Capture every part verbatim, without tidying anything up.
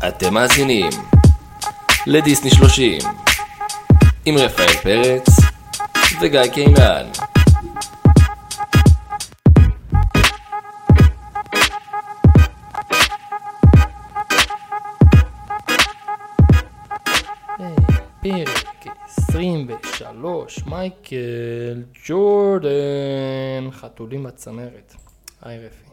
אתם מאזינים לדיסני שלושים עם רפאל פרץ וגיא קינן. פרק עשרים ושלוש, מייקל ג'ורדן, חתולים בצמרת. היי רפי.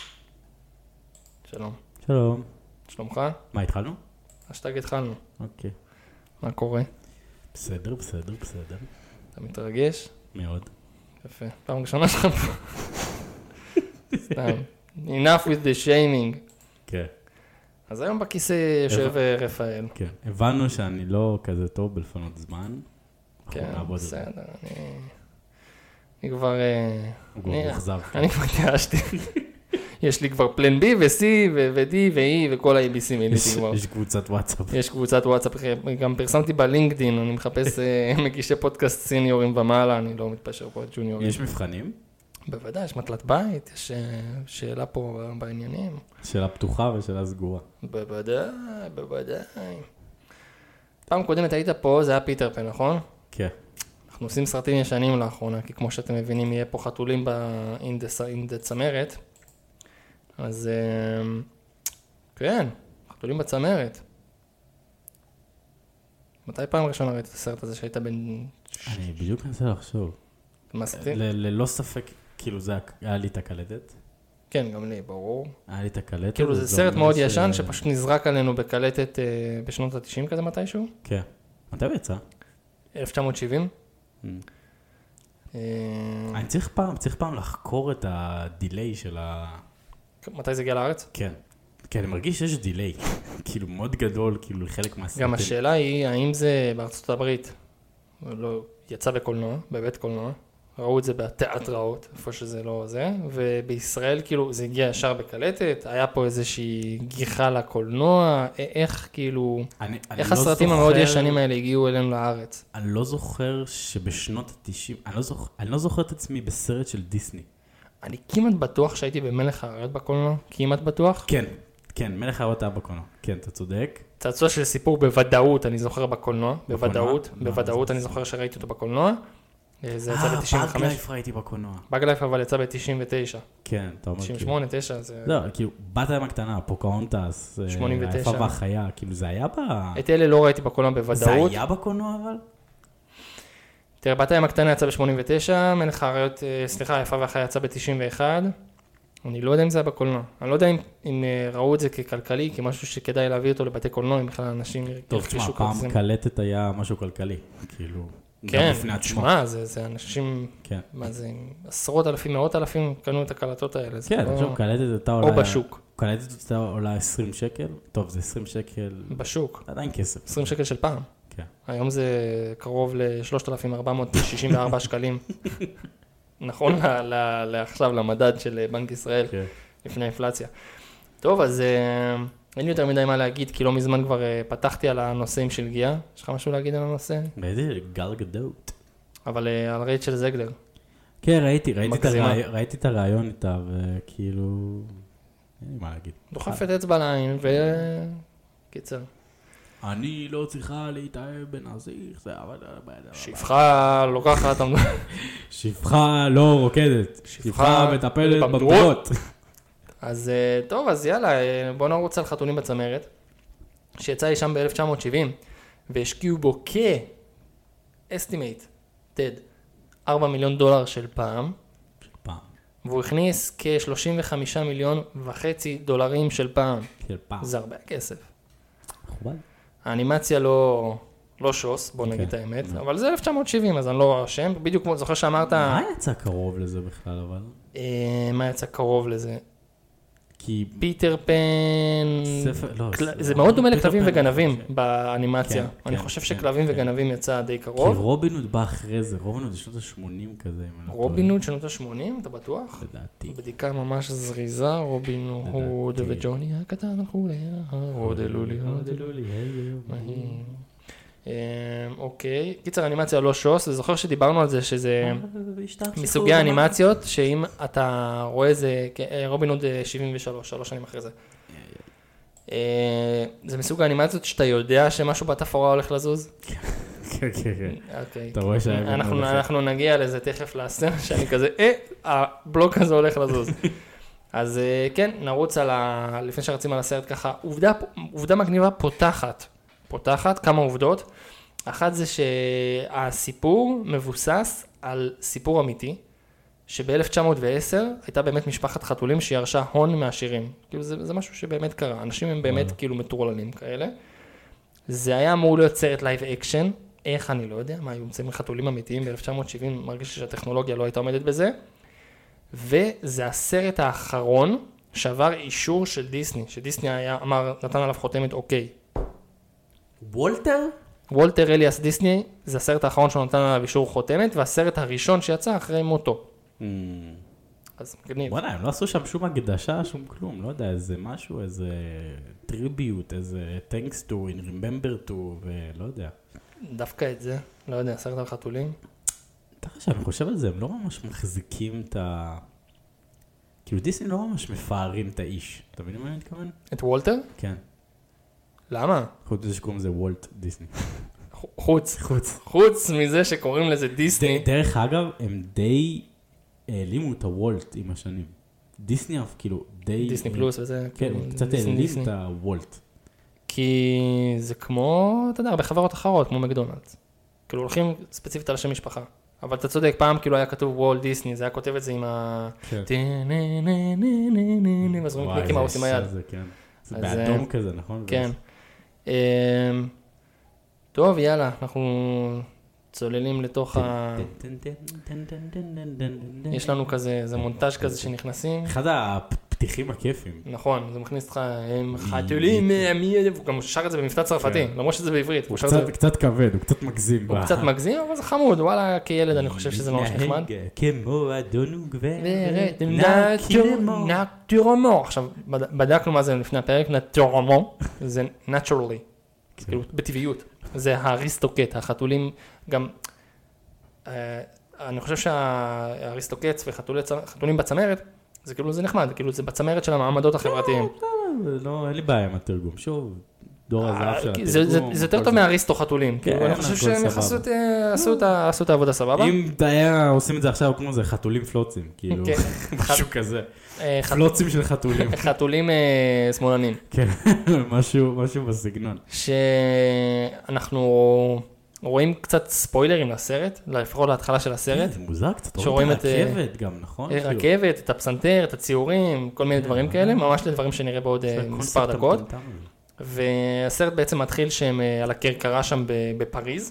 שלום. שלום. שלומך? מה, התחלנו? השטג התחלנו. אוקיי. מה קורה? בסדר, בסדר, בסדר. אתה מתרגש? מאוד. יפה. פעם ראשונה שלך פה. סתם. Enough with the shaming. כן. אז היום בכיסא יושב רפאל. כן. הבנו שאני לא כזה טוב בלפנות זמן. כן, בסדר. אני כבר... הוא כבר מוחזב. אני כבר תיאשתי. יש לי כבר פלן בי ו-C ו-D ו-E וכל ה-A B C מיליתי כבר. יש קבוצת וואטסאפ. יש קבוצת וואטסאפ. גם פרסמתי בלינקדין, אני מחפש מגישי פודקאסט סיניורים ומעלה, אני לא מתפשר פה את ג'וניורים. יש מבחנים? בוודאי, יש מטלת בית, יש שאלה פה בעניינים. שאלה פתוחה ושאלה סגורה. בוודאי, בוודאי. פעם קודמת היית פה, זה היה פיטר פן, נכון? כן. אנחנו עושים סרטים ישנים לאחרונה, כי כמו שאתם מבינים, יהיה פה חתולים באינדה צמרת. אז כן, חתולים בצמרת. מתי פעם ראשונה ראית את הסרט הזה שהיית בן... אני בדיוק מנסה לחשוב. מה סרטים? ללא ספק, כאילו זה היה לי את הקלטת. כן, גם לי, ברור. היה לי את הקלטת. כאילו זה סרט מאוד ישן שפשוט נזרק עלינו בקלטת בשנות ה-תשעים כזה מתישהו. כן. מתי הוא יצא? אלף תשע מאות שבעים. אני צריך פעם, צריך פעם לחקור את הדיליי של ה... מתי זה הגיע לארץ? כן. כן, אני מרגיש שיש דיליי, כאילו מאוד גדול, כאילו לחלק מהסרטים. גם השאלה היא, האם זה בארצות הברית, לא, יצא בקולנוע, בבית קולנוע, ראו את זה בתיאטראות, איפה שזה לא זה, ובישראל כאילו זה הגיע ישר בקלטת, היה פה איזושהי גיחה לקולנוע, איך כאילו, אני, איך אני הסרטים לא המאוד זוכר, ישנים האלה הגיעו אלינו לארץ? אני לא זוכר שבשנות ה-תשעים, אני לא זוכר, אני לא זוכר את עצמי בסרט של דיסני. אני כמעט בטוח שהייתי במלך האריות בקולנוע, כמעט בטוח. כן, כן, כן, מלך האריות היה בקולנוע, כן, אתה צודק. צעצוע של סיפור בוודאות, אני זוכר בקולנוע, בוודאות, בוודאות אני זוכר שראיתי אותו בקולנוע. זה יצא ב-תשעים וחמש. אה, בגלייף ראיתי בקולנוע. בגלייף אבל יצא ב-תשעים ותשע. כן, אתה אומר. תשעים ושמונה, תשע, זה... לא, כאילו, בת הים הקטנה, פוקהונטס, שמונים ותשע. היפה והחיה, כאילו זה היה ב... את אלה לא ראיתי בקולנוע בוודאות. זה היה בקולנוע אבל? תראה, בת הים הקטנה יצא ב-שמונים ותשע, מלך האריות, סליחה, היפה והחיה יצא ב-תשעים ואחת. אני לא יודע אם זה היה בקולנוע. אני לא יודע אם, אם ראו את זה ככלכלי, כמשהו שכדאי להביא אותו לבתי קולנוע, אם בכלל אנשים טוב, תשמע, פעם קלטת היה משהו כלכלי, כאילו, כן, תשמע, זה, זה אנשים, כן. מה זה, עשרות אלפים, מאות אלפים קנו את הקלטות האלה. כן, לא... עכשיו קלטת אותה עולה... או בשוק. קלטת אותה עולה עשרים שקל, טוב, זה עשרים שקל... בשוק. עדיין כסף. עשרים שקל של פעם. כן. היום זה קרוב ל-שלושת אלפים ארבע מאות שישים וארבע שקלים. נכון לעכשיו, למדד של בנק ישראל, לפני האינפלציה. טוב, אז אין לי יותר מדי מה להגיד, כי לא מזמן כבר פתחתי על הנושאים של גיאה. יש לך משהו להגיד על הנושא? באיזה גל גדות. אבל על רייצ'ל זגלר. כן, ראיתי, ראיתי את הרעיון איתה, וכאילו, אין לי מה להגיד. דוחפת אצבע לעין, וקיצר. אני לא צריכה להתאהב בנזיך, זה אבל... שפחה לוקחת... שפחה לא רוקדת, שפחה מטפלת במדורות. אז טוב, אז יאללה, בוא נרוץ על חתולים בצמרת, שיצא לי שם ב-אלף תשע מאות שבעים, והשקיעו בו כ-estimate, תד, ארבעה מיליון דולר של פעם, של פעם. והוא הכניס כ-שלושים וחמישה מיליון וחצי דולרים של פעם. של פעם. זה הרבה כסף. מכובד. האנימציה לא, לא שוס, בוא נגיד את האמת, אבל זה אלף תשע מאות שבעים, אז אני לא אשם, בדיוק כמו, זוכר שאמרת... מה יצא קרוב לזה בכלל, אבל? מה יצא קרוב לזה? כי... פיטר פן... ספר, לא, זה מאוד דומה לכלבים וגנבים באנימציה. אני חושב שכלבים וגנבים יצא די קרוב. כי רובין הוד בא אחרי זה, רובין הוד שנות ה-שמונים כזה. רובין הוד שנות ה-שמונים, אתה בטוח? לדעתי. בדיקה ממש זריזה, רובין הוד וג'וני הקטן החולה, רודלו לי, רודלו לי, אוקיי. קיצר, האנימציה לא שוס, וזוכר שדיברנו על זה שזה מסוגי האנימציות, שאם אתה רואה זה, רובין הוד שבעים ושלוש, שלוש שנים אחרי זה. זה מסוג האנימציות שאתה יודע שמשהו בתפאורה הולך לזוז? כן, כן, כן. אוקיי. אתה רואה שהאבן הולכת. אנחנו נגיע לזה תכף לסצנה שאני כזה, אה, הבלוק הזה הולך לזוז. אז כן, נרוץ על ה... לפני שרצים על הסרט ככה, עובדה, עובדה מגניבה פותחת, פותחת כמה עובדות. אחת זה שהסיפור מבוסס על סיפור אמיתי, שב-אלף תשע מאות ועשר הייתה באמת משפחת חתולים שירשה הון מהשירים. כאילו זה, זה משהו שבאמת קרה, אנשים הם באמת כאילו מטורללים כאלה. זה היה אמור להיות סרט לייב אקשן, איך אני לא יודע, מה היו מצאים חתולים אמיתיים ב-אלף תשע מאות שבעים, מרגיש שהטכנולוגיה לא הייתה עומדת בזה. וזה הסרט האחרון שעבר אישור של דיסני, שדיסני היה, אמר, נתן עליו חותמת אוקיי. וולטר? וולטר אליאס דיסני, זה הסרט האחרון שהוא נתן עליו אישור חותמת, והסרט הראשון שיצא אחרי מותו. Mm. אז מגניב. וואלה, הם לא עשו שם שום הקדשה, שום כלום, לא יודע, איזה משהו, איזה טריביוט, איזה thanks to, remember to, ולא יודע. דווקא את זה, לא יודע, סרט על חתולים. תראה שאני חושב על זה, הם לא ממש מחזיקים את ה... כאילו דיסני לא ממש מפארים את האיש. אתה מבין מה אני מתכוון? את וולטר? כן. למה? חוץ מזה שקוראים לזה וולט דיסני. חוץ. חוץ. חוץ מזה שקוראים לזה דיסני. דרך אגב, הם די העלימו את הוולט עם השנים. דיסני אף כאילו די... דיסני פלוס וזה. כן, קצת העלים את הוולט. כי זה כמו, אתה יודע, הרבה חברות אחרות, כמו מקדונלדס. כאילו הולכים ספציפית על השם משפחה. אבל אתה צודק, פעם כאילו היה כתוב וולט דיסני, זה היה כותב את זה עם ה... אז רואים מיקי מאוס עם היד. זה באדום כזה, נכון? כן. טוב, יאללה, אנחנו צוללים לתוך ה... יש לנו כזה, זה מונטאז' כזה שנכנסים. אחד הפתיחים הכיפים. נכון, זה מכניס אותך, הם חתולים, הוא גם שר את זה במבטא צרפתי, למרות שזה בעברית. הוא קצת כבד, הוא קצת מגזים. הוא קצת מגזים, אבל זה חמוד, וואלה, כילד אני חושב שזה ממש נחמד. כמו אדון וגברת, נטורמו. עכשיו, בדקנו מה זה לפני הפרק, נטורמו, זה naturally, כאילו בטבעיות. זה האריסטוקט, החתולים גם, אני חושב שהאריסטוקט וחתולים בצמרת, זה כאילו זה נחמד, כאילו זה בצמרת של המעמדות החברתיים. לא, אין לי בעיה עם התרגום, שוב, דור הזהב של התרגום. זה יותר טוב מהאריסטו חתולים, כאילו אני חושב שהם עשו את העבודה סבבה. אם היה עושים את זה עכשיו, כמו זה חתולים פלוצים, כאילו, משהו כזה. פלוצים של חתולים. חתולים שמאלנים. כן, משהו בסגנון. שאנחנו רואים קצת ספוילרים לסרט, לפחות להתחלה של הסרט. זה מוזר קצת, רואים את הרכבת גם, נכון? רכבת, את הפסנתר, את הציורים, כל מיני דברים כאלה, ממש לדברים שנראה בעוד מספר דקות. והסרט בעצם מתחיל שהם על הכרכרה שם בפריז,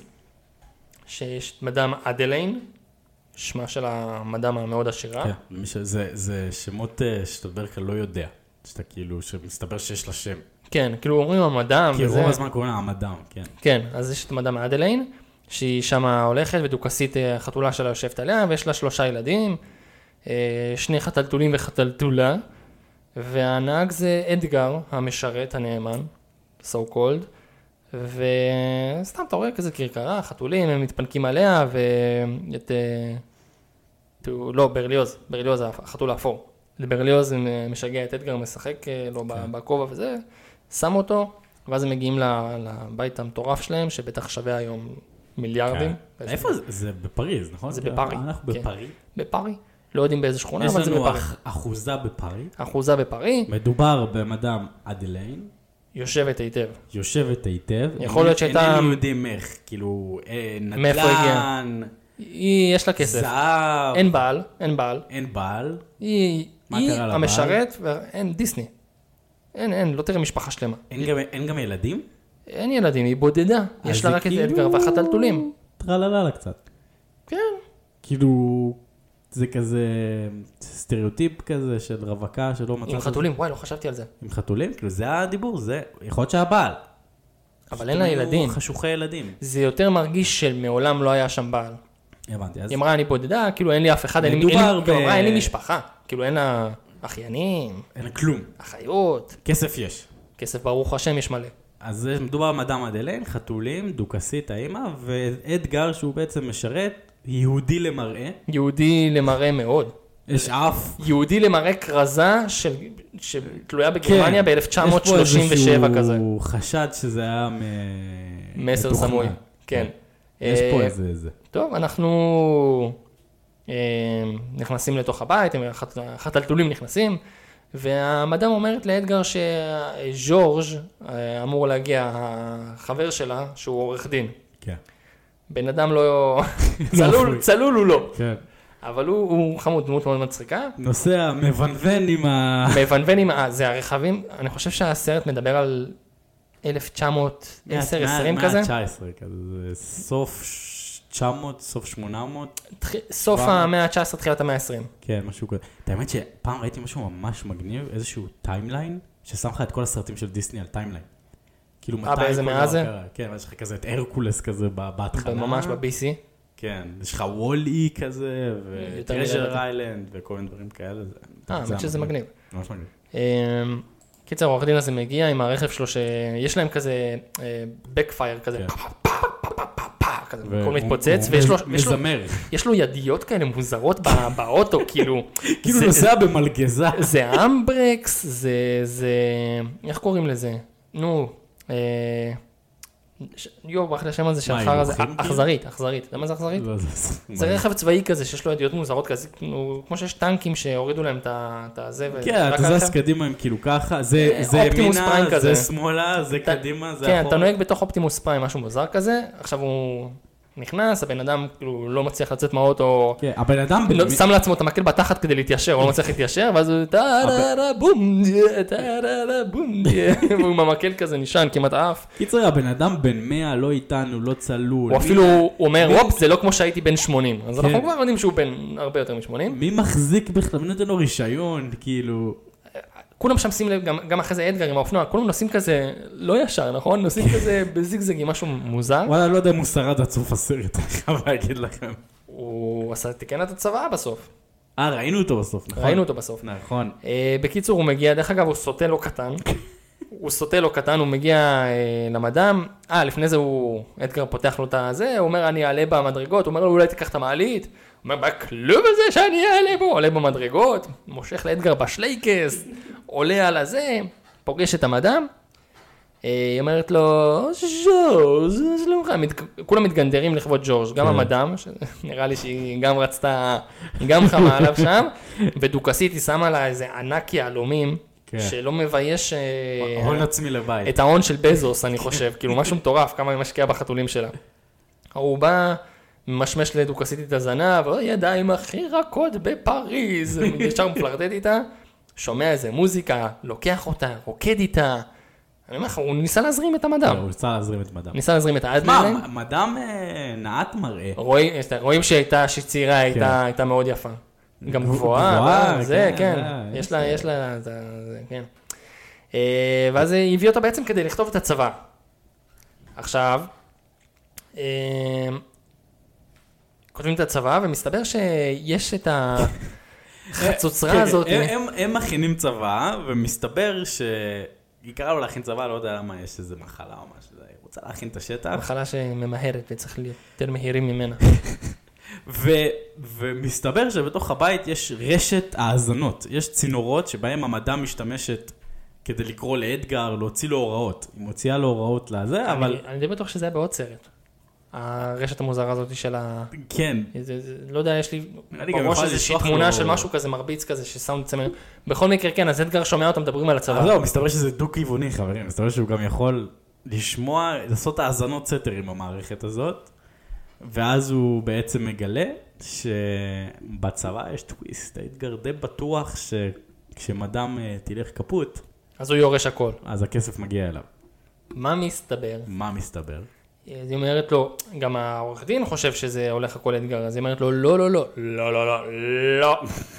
שיש מדאם אדליין, שמה של המדאם המאוד עשירה. כן, זה שמות שאתה בדרך כלל לא יודע, שאתה כאילו, שמסתבר שיש לה שם. כן, כאילו אומרים המדאם. כי רוב הזמן קוראים לה המדאם, כן. כן, אז יש את המדאם אדליין, שהיא שמה הולכת ודוכסית החתולה שלה יושבת עליה, ויש לה שלושה ילדים, שני חתלתולים וחתלתולה, והנהג זה אדגר, המשרת, הנאמן, so called, וסתם אתה רואה כזה כרכרה, חתולים, הם מתפנקים עליה, ואת, לא, ברליוז, ברליוז החתול האפור. לברליוז משגע את אדגר, משחק לו בכובע וזה, שם אותו, ואז הם מגיעים לבית המטורף שלהם, שבטח שווה היום מיליארדים. איפה זה? זה בפריז, נכון? זה בפרי. אנחנו בפרי? בפרי. לא יודעים באיזה שכונה, אבל זה בפרי. יש לנו אחוזה בפרי. אחוזה בפרי. מדובר במדאם אדליין. יושבת היטב. יושבת היטב. יכול להיות שהייתה... איננו יודעים איך, כאילו, נדל"ן. היא, יש לה כסף. זהב. אין בעל, אין בעל. אין בעל. היא, היא המשרת, ואין דיסני. אין, אין, לא תראה משפחה שלמה. אין גם ילדים? אין ילדים, היא בודדה. יש לה רק את אדגר והחתלתולים. טרללה קצת. כן. כאילו, זה כזה סטריאוטיפ כזה של רווקה שלא מצאת... עם חתולים, וואי, לא חשבתי על זה. עם חתולים? כאילו, זה הדיבור, זה יכול להיות שהבעל. אבל אין לה ילדים. חשוכי ילדים. זה יותר מרגיש שמעולם לא היה שם בעל. הבנתי, אז... היא אמרה, אני בודדה, כאילו אין לי אף אחד, אין לי משפחה. כאילו אין לה אחיינים. אין לה כלום. אחיות. כסף יש. כסף ברוך השם יש מלא. אז מדובר על מדאם אדליין, חתולים, דוכסית האמא, ואדגר שהוא בעצם משרת יהודי למראה. יהודי למראה מאוד. יש אף. יהודי למראה קרזה שתלויה בגרמניה ב-אלף תשע מאות שלושים ושבע כזה. יש פה איזשהו חשד שזה היה מסר סמוי. כן. יש פה איזה איזה. טוב, אנחנו נכנסים לתוך הבית, החתלתולים נכנסים, והמדאם אומרת לאדגר שז'ורג' אמור להגיע, החבר שלה, שהוא עורך דין. כן. בן אדם לא... צלול, צלול הוא לא. כן. אבל הוא, הוא חמוד, דמות מאוד מצחיקה. נוסע, מבנבן עם ה... מבנבן עם ה... זה הרכבים, אני חושב שהסרט מדבר על אלף תשע מאות עשר עשרים כזה. מאה תשע עשרה כזה, סוף תשע מאות, סוף שמונה מאות. סוף המאה ה-תשע עשרה, תחילת המאה ה-עשרים. כן, משהו כזה. את האמת שפעם ראיתי משהו ממש מגניב, איזשהו טיימליין, ששם לך את כל הסרטים של דיסני על טיימליין. כאילו מתי... אה, באיזה מאה זה? כן, יש לך כזה את הרקולס כזה בהתחלה. ממש ב-בי סי. כן, יש לך וול-אי כזה, וטרז'ר איילנד, וכל מיני דברים כאלה. אה, האמת שזה מגניב. ממש מגניב. קיצר, העורך דין הזה מגיע עם הרכב שלו, שיש להם כזה backfire כזה, הכל מתפוצץ, ויש לו ידיות כאלה מוזרות באוטו, כאילו... כאילו נוסע במלגזה. זה אמברקס, זה... איך קוראים לזה? נו... יו, ברח לי השם הזה של אחר הזה, אכזרית, אכזרית. למה זה אכזרית? זה רכב צבאי כזה שיש לו ידיות מוזרות כזה, כמו שיש טנקים שהורידו להם את הזה. כן, אתה זז קדימה הם כאילו ככה, זה ימינה, זה שמאלה, זה קדימה, זה אחורה. כן, אתה נוהג בתוך אופטימוס פריים, משהו מוזר כזה, עכשיו הוא נכנס, הבן אדם כאילו לא מצליח לצאת מהאוטו, כן, הבן אדם שם לעצמו את המקל בתחת כדי להתיישר, הוא לא מצליח להתיישר, ואז הוא טה-רה-רה בום, טה-רה-רה בום, והוא עם המקל כזה נשען, כמעט אף. קיצר, הבן אדם בן מאה, לא איתנו, לא צלול. הוא אפילו, הוא אומר, וופ, זה לא כמו שהייתי בן שמונים, אז אנחנו כבר יודעים שהוא בן הרבה יותר מ-שמונים. מי מחזיק בכלל, מי נותן לו רישיון, כאילו... כולם שם שים לב, גם אחרי זה אדגר עם האופנוע, כולם נוסעים כזה לא ישר, נכון? נוסעים כזה בזיגזגים, משהו מוזר. וואלה, לא יודע אם הוא שרד עד סוף הסרט, אני חייב להגיד לכם. הוא עשה תיקן את הצבא בסוף. אה, ראינו אותו בסוף, נכון? ראינו אותו בסוף. נכון. בקיצור, הוא מגיע, דרך אגב, הוא סוטה לו קטן. הוא סוטה לו קטן, הוא מגיע למדאם. אה, לפני זה הוא, אדגר פותח לו את הזה, הוא אומר, אני אעלה במדרגות, הוא אומר לו, אולי תיקח את המעלית. הוא אומר, בכלוב הזה שאני אעלה בו, עולה במדרגות, מושך לאדגר בשלייקס, עולה על הזה, פוגש את המדאם, היא אומרת לו, ז'ורג', שלומך, כולם מתגנדרים לכבוד ז'ורג', גם המדאם, שנראה לי שהיא גם רצתה, היא גם חמה עליו שם, ודוקסית היא שמה לה איזה ענק יעלומים, שלא מבייש הון עצמי לבית. את ההון של בזוס, אני חושב, כאילו משהו מטורף, כמה היא משקיעה בחתולים שלה. הוא בא, משמש לדוקסית את הזנב, ידיים הכי רכות בפריז, ישר מפלרטט איתה, שומע איזה מוזיקה, לוקח אותה, רוקד איתה. אני אומר לך, הוא ניסה להזרים את המדאם. הוא ניסה להזרים את מדאם. ניסה להזרים את האדמלן. מה, מדאם נעת מראה. רואים שהייתה, שצעירה הייתה מאוד יפה. גם גבוהה, זה, כן. יש לה, יש לה, זה, כן. ואז היא הביא אותה בעצם כדי לכתוב את הצבא. עכשיו, כותבים את הצבא, ומסתבר שיש את ה... החצוצרה הזאת. הם מכינים צבא, ומסתבר שיקרה לו להכין צבא, לא יודע למה יש איזה מחלה או משהו, היא רוצה להכין את השטח. מחלה שממהרת וצריך להיות יותר מהירים ממנה. ומסתבר שבתוך הבית יש רשת האזנות, יש צינורות שבהם המדאם משתמשת כדי לקרוא לאדגר, להוציא לו הוראות. היא מוציאה לו הוראות לזה, אבל... אני די בטוח שזה היה בעוד סרט. הרשת המוזרה הזאת של ה... כן. לא יודע, יש לי בראש איזושהי תמונה של משהו כזה מרביץ כזה, שסאונד צמר. בכל מקרה, כן, אז אדגר שומע אותם, מדברים על הצבא. אז לא, מסתבר שזה דו-כיווני, חברים. מסתבר שהוא גם יכול לשמוע, לעשות האזנות סתר עם המערכת הזאת, ואז הוא בעצם מגלה שבצבא יש טוויסט. אדגר די בטוח שכשמדאם תלך כפות, אז הוא יורש הכל. אז הכסף מגיע אליו. מה מסתבר? מה מסתבר? אז היא אומרת לו, גם העורך דין חושב שזה הולך הכל אדגר, אז היא אומרת לו, לא, לא, לא, לא, לא, לא, לא.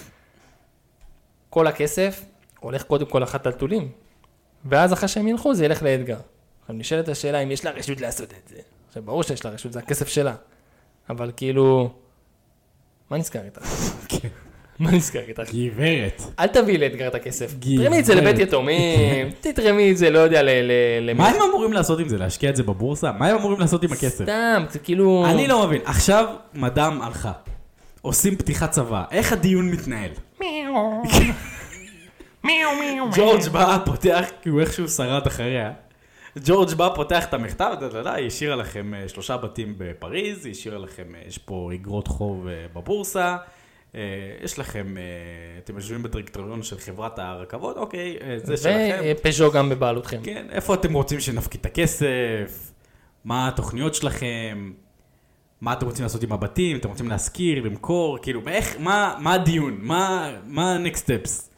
כל הכסף הולך קודם כל לחתלתולים, ואז אחרי שהם ילכו זה ילך לאדגר. עכשיו נשאלת השאלה אם יש לה רשות לעשות את זה. עכשיו ברור שיש לה רשות, זה הכסף שלה. אבל כאילו, מה נזכר איתך? כן. מה נזכר איתך? גברת. אל תביא לאדגר את הכסף. תרמי את זה לבית יתומים, תתרמי את זה, לא יודע, ל... מה הם אמורים לעשות עם זה? להשקיע את זה בבורסה? מה הם אמורים לעשות עם הכסף? סתם, זה כאילו... אני לא מבין. עכשיו מדאם הלכה. עושים פתיחת צבא. איך הדיון מתנהל? מיאו. מיאו, מיאו. ג'ורג' בא, פותח, כי הוא איכשהו שרד אחריה. ג'ורג' בא, פותח את המכתב, היא השאירה לכם שלושה בתים בפריז, היא השאירה לכם, יש פה אגרות חוב בבורסה, יש לכם, אתם יושבים בדירקטוריון של חברת הרכבות, אוקיי, זה שלכם. ופז'ו גם בבעלותכם. כן, איפה אתם רוצים שנפקיד את הכסף? מה התוכניות שלכם? מה אתם רוצים לעשות עם הבתים? אתם רוצים להשכיר, למכור? כאילו, איך, מה, מה הדיון? מה, מה next steps?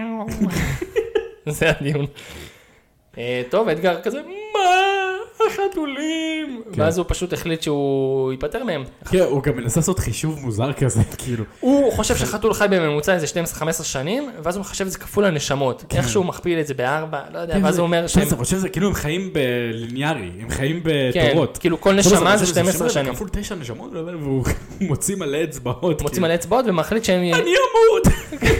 זה הדיון. טוב, אתגר כזה, מה? החתולים. ואז הוא פשוט החליט שהוא ייפטר מהם. כן, הוא גם מנסה לעשות חישוב מוזר כזה, כאילו. הוא חושב שחתול חי בממוצע איזה שתים עשרה חמש עשרה שנים, ואז הוא מחשב את זה כפול הנשמות. איך שהוא מכפיל את זה בארבע, לא יודע, ואז הוא אומר שהם... אני חושב שזה כאילו הם חיים בליניארי, הם חיים בתורות. כן, כאילו כל נשמה זה שתים עשרה שנים. כפול תשע נשמות, והוא מוציא מלא אצבעות. מוציא מלא אצבעות ומחליט שהם... אני אמות!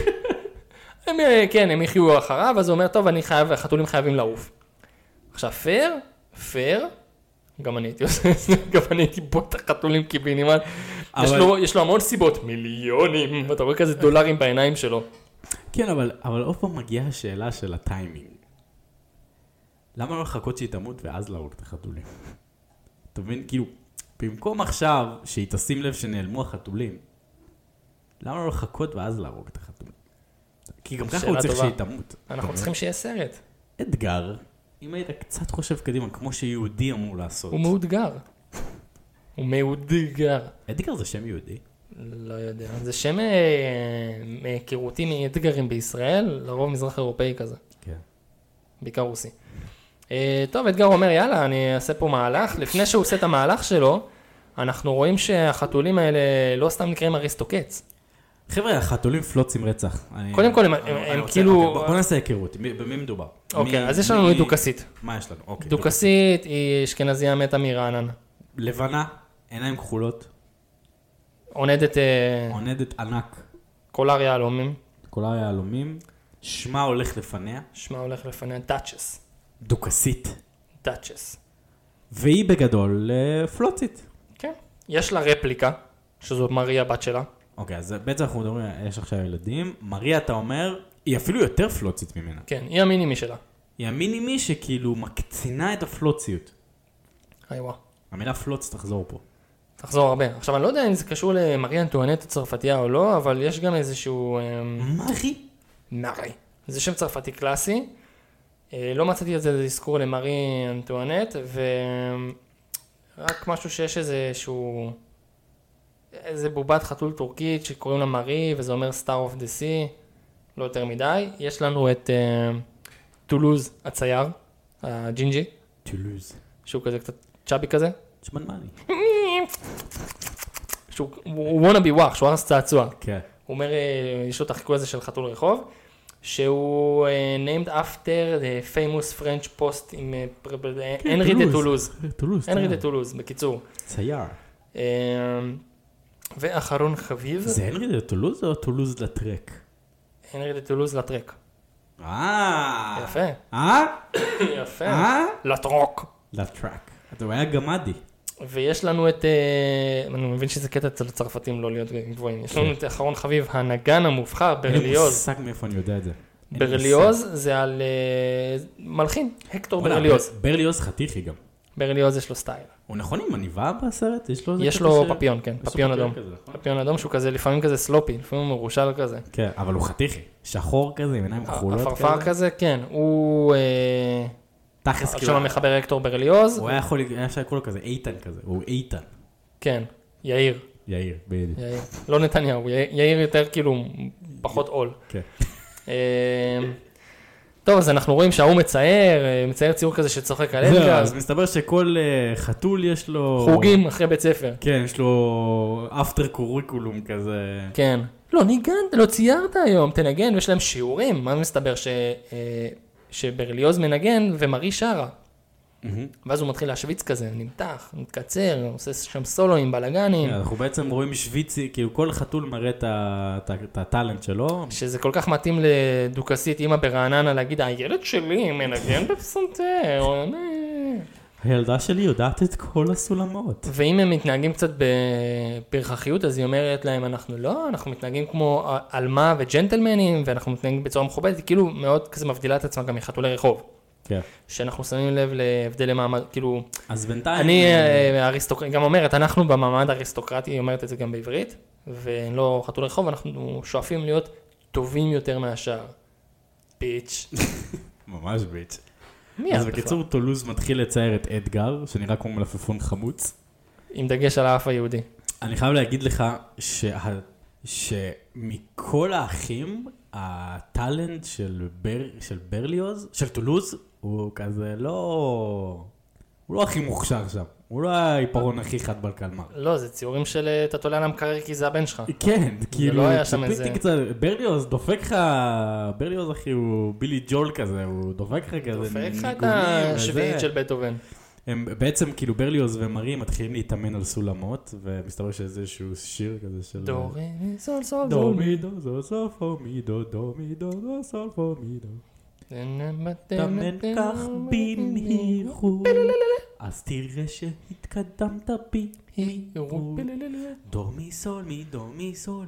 כן, הם יחיו אחריו, אז הוא אומר, טוב, אני חייב, החתולים חייבים לעוף. עכשיו, פייר, פייר, גם אני הייתי עושה את זה, גם אני הייתי בוט החתולים קיבינימט. יש לו המון סיבות, מיליונים, אתה רואה כזה דולרים בעיניים שלו. כן, אבל עוד פעם מגיעה השאלה של הטיימינג. למה לא לחכות שהיא תמות ואז להרוג את החתולים? אתה מבין, כאילו, במקום עכשיו שהיא תשים לב שנעלמו החתולים, למה לא לחכות ואז להרוג את החתולים? כי גם ככה הוא צריך שהיא תמות. אנחנו צריכים שיהיה סרט. אתגר, אם היית קצת חושב קדימה, כמו שיהודי אמור לעשות. הוא מאותגר. הוא מאותגר. אתגר זה שם יהודי? לא יודע. זה שם מהיכרותי מאתגרים בישראל, לרוב מזרח אירופאי כזה. כן. בעיקר רוסי. טוב, אתגר אומר, יאללה, אני אעשה פה מהלך. לפני שהוא עושה את המהלך שלו, אנחנו רואים שהחתולים האלה לא סתם נקראים אריסטוקץ. חבר'ה, החתולים פלוצים רצח. קודם כל, הם כאילו... בוא נעשה היכרות, במי מדובר? אוקיי, אז יש לנו דוכסית. מה יש לנו? דוכסית היא אשכנזייה מתה מרענן. לבנה, עיניים כחולות. עונדת... עונדת ענק. קולר יהלומים. קולר יהלומים. שמה הולך לפניה. שמה הולך לפניה, דאצ'ס. דוכסית. דאצ'ס. והיא בגדול פלוצית. כן. יש לה רפליקה, שזו מריה בת שלה. אוקיי, אז בעצם אנחנו מדברים, יש עכשיו ילדים. מריה, אתה אומר, היא אפילו יותר פלוצית ממנה. כן, היא המינימי שלה. היא המינימי שכאילו מקצינה את הפלוציות. איווה. המילה פלוץ תחזור פה. תחזור הרבה. עכשיו, אני לא יודע אם זה קשור למריה אנטואנט הצרפתייה או לא, אבל יש גם איזשהו... מרי? מרי. זה שם צרפתי קלאסי. לא מצאתי את זה לזכור למרי אנטואנט, ורק משהו שיש איזשהו... איזה בובת חתול טורקית שקוראים לה מרי, וזה אומר Star of the Sea, לא יותר מדי. יש לנו את uh, טולוז הצייר, הג'ינג'י. טולוז. שהוא כזה קצת צ'אבי כזה. שמנמני. שהוא, הוא wanna be וואח, שהוא ארס צעצוע. כן. הוא אומר, יש לו את החיקוי הזה של חתול רחוב, שהוא uh, named after the famous French post עם הנרי דה טולוז. טולוז. הנרי דה טולוז, בקיצור. צייר. Uh, ואחרון חביב. זה הנרי דה טולוז או טולוז לטרק? הנרי דה טולוז לטרק. אה. יפה. אה? יפה. אה? לטרוק. לטרק. אתה היה גמדי. ויש לנו את, אני מבין שזה קטע אצל הצרפתים לא להיות גבוהים. יש לנו את אחרון חביב, הנגן המובחר, ברליוז. אין מושג מאיפה אני יודע את זה. ברליוז זה על מלחין, הקטור ברליוז. ברליוז חתיכי גם. ברליוז יש לו סטייל. הוא נכון עם עניבה בסרט? יש לו, יש לו פפיון, כן, פפיון אדום. פפיון אדום שהוא כזה, לפעמים כזה סלופי, לפעמים הוא מרושל כזה. כן, אבל הוא חתיכי. שחור כזה, עם עיניים כחולות כזה. הפרפר כזה, כן. הוא... תכלס כאילו... עכשיו מחבר הקטור ברליוז. הוא היה יכול, היה אפשר לקרוא לו כזה איתן כזה, הוא איתן. כן, יאיר. יאיר, בדיוק. יאיר. לא נתניהו, יאיר יותר כאילו פחות עול. כן. טוב, אז אנחנו רואים שההוא מצייר, מצייר ציור כזה שצוחק על אתגר. אז מסתבר שכל חתול יש לו... חוגים אחרי בית ספר. כן, יש לו אפטר קוריקולום כזה. כן. לא, ניגנת, לא ציירת היום, תנגן, ויש להם שיעורים. מה מסתבר ש... שברליוז מנגן ומרי שרה. ואז הוא מתחיל להשוויץ כזה, נמתח, מתקצר, עושה שם סולואים, בלגנים. אנחנו בעצם רואים שוויצי, כאילו כל חתול מראה את הטלנט שלו. שזה כל כך מתאים לדוכסית, אמא ברעננה להגיד, הילד שלי מנגן בפסנתר. הילדה שלי יודעת את כל הסולמות. ואם הם מתנהגים קצת בפרחחיות, אז היא אומרת להם, אנחנו לא, אנחנו מתנהגים כמו אלמה וג'נטלמנים, ואנחנו מתנהגים בצורה מכובדת, היא כאילו מאוד כזה מבדילה את עצמה גם מחתולי רחוב. כן. שאנחנו שמים לב להבדלי מעמד, כאילו... אז בינתיים... אני אריסטוקרטי, גם אומרת, אנחנו במעמד האריסטוקרטי, היא אומרת את זה גם בעברית, ולא חתולי רחוב, אנחנו שואפים להיות טובים יותר מהשאר. ביץ'. ממש ביץ'. מי אז בקיצור, טולוז מתחיל לצייר את אדגר, שנראה כמו מלפפון חמוץ. עם דגש על האף היהודי. אני חייב להגיד לך שה... שמכל האחים, הטלנט של, בר... של ברליוז, של טולוז, הוא כזה לא... הוא לא הכי מוכשר שם. הוא לא העיפרון הכי חד בקלמר. לא, זה ציורים של אתה תולה על המקרר כי זה הבן שלך. כן, כאילו, לא היה שם איזה... קצת, ברליוז דופק לך, ברליוז אחי הוא בילי ג'ול כזה, הוא דופק לך כזה דופק לך את השביעית של בטהובן. הם בעצם, כאילו, ברליוז ומרי מתחילים להתאמן על סולמות, ומסתבר שזה איזשהו שיר כזה של... דו, רי, מי, סול, סול, דו, מי, דו, זו, סול, פו, מי, דו, דו, מי, דו, דו, סול, פו, מי, דו. תאמן כך במהירות, אז תראה שהתקדמת במהירות. דו, מי, סול, מי, דו, מי, סול,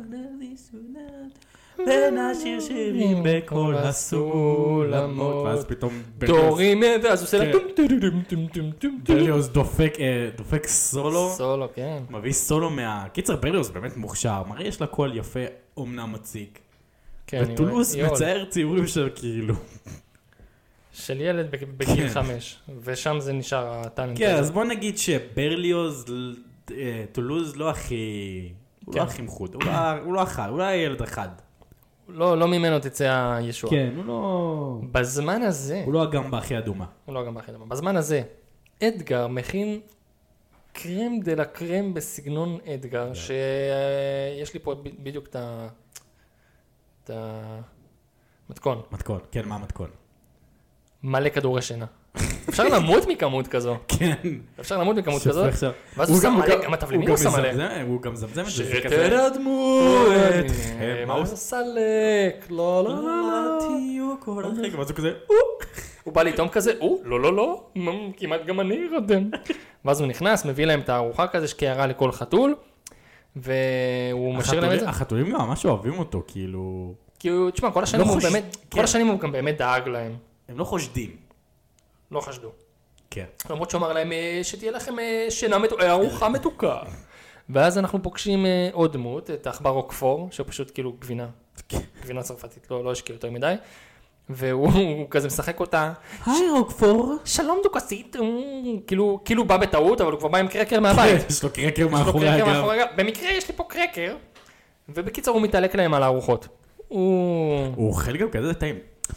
ונשאיר שירים בכל הסולמות. ואז פתאום דורים, אז הוא עושה לה טום טום טום טום טום טום. ברליוז דופק סולו. סולו, כן. מביא סולו מה... קיצר, ברליוז באמת מוכשר. מראה יש לה קול יפה, אומנם מציג. וטולוז מצייר ציורים של כאילו... של ילד בגיל חמש. ושם זה נשאר הטלנט. כן, אז בוא נגיד שברליוז, טולוז לא הכי... הוא לא הכי מחוד. הוא לא אחד, הוא לא ילד אחד. לא, לא ממנו תצא הישוע. כן, הוא לא... בזמן הזה... הוא לא אגם באחי אדומה. הוא לא אגם באחי אדומה. בזמן הזה, אדגר מכין קרם דה לקרם בסגנון אדגר, שיש לי פה בדיוק את המתכון. מתכון, כן, מה המתכון? מלא כדורי שינה. אפשר למות מכמות כזו. כן. אפשר למות מכמות כזו. ואז הוא שם מלא, גם התבלינים הוא שם מלא. הוא גם זמזם את זה. שתרדמו אתכם, מה הוא סלק, לא, לא, לא. תהיו כל הרגע, ואז הוא כזה, הוא בא לטעום כזה, לא, לא, לא, כמעט גם אני רדם. ואז הוא נכנס, מביא להם את הארוחה כזה, שקערה לכל חתול, והוא משאיר להם את זה. החתולים גם ממש אוהבים אותו, כאילו... כאילו, תשמע, כל השנים הוא באמת, כל השנים הוא גם באמת דאג להם. הם לא חושדים. לא חשדו. כן. למרות שאומר להם שתהיה לכם שינה מתוקה, ארוחה מתוקה. ואז אנחנו פוגשים עוד דמות, את האחבר רוקפור, שהוא פשוט כאילו גבינה, גבינה צרפתית, לא, לא השקיע יותר מדי. והוא כזה משחק אותה. היי רוקפור. שלום דוכסית. כאילו, כאילו בא בטעות, אבל הוא כבר בא עם קרקר מהבית. יש לו קרקר מאחורי הגב. במקרה יש לי פה קרקר, ובקיצור הוא מתעלק להם על הארוחות. הוא אוכל גם כזה טעים.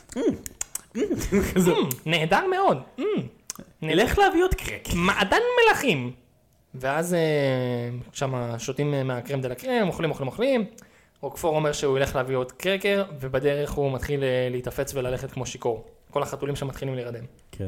נהדר מאוד. נלך להביא עוד קרקר. מעדן מלחים. ואז שם שותים מהקרם דה לקרם, אוכלים, אוכלים, אוכלים. רוקפור אומר שהוא ילך להביא עוד קרקר, ובדרך הוא מתחיל להתאפץ וללכת כמו שיקור. כל החתולים שם מתחילים להירדם. כן.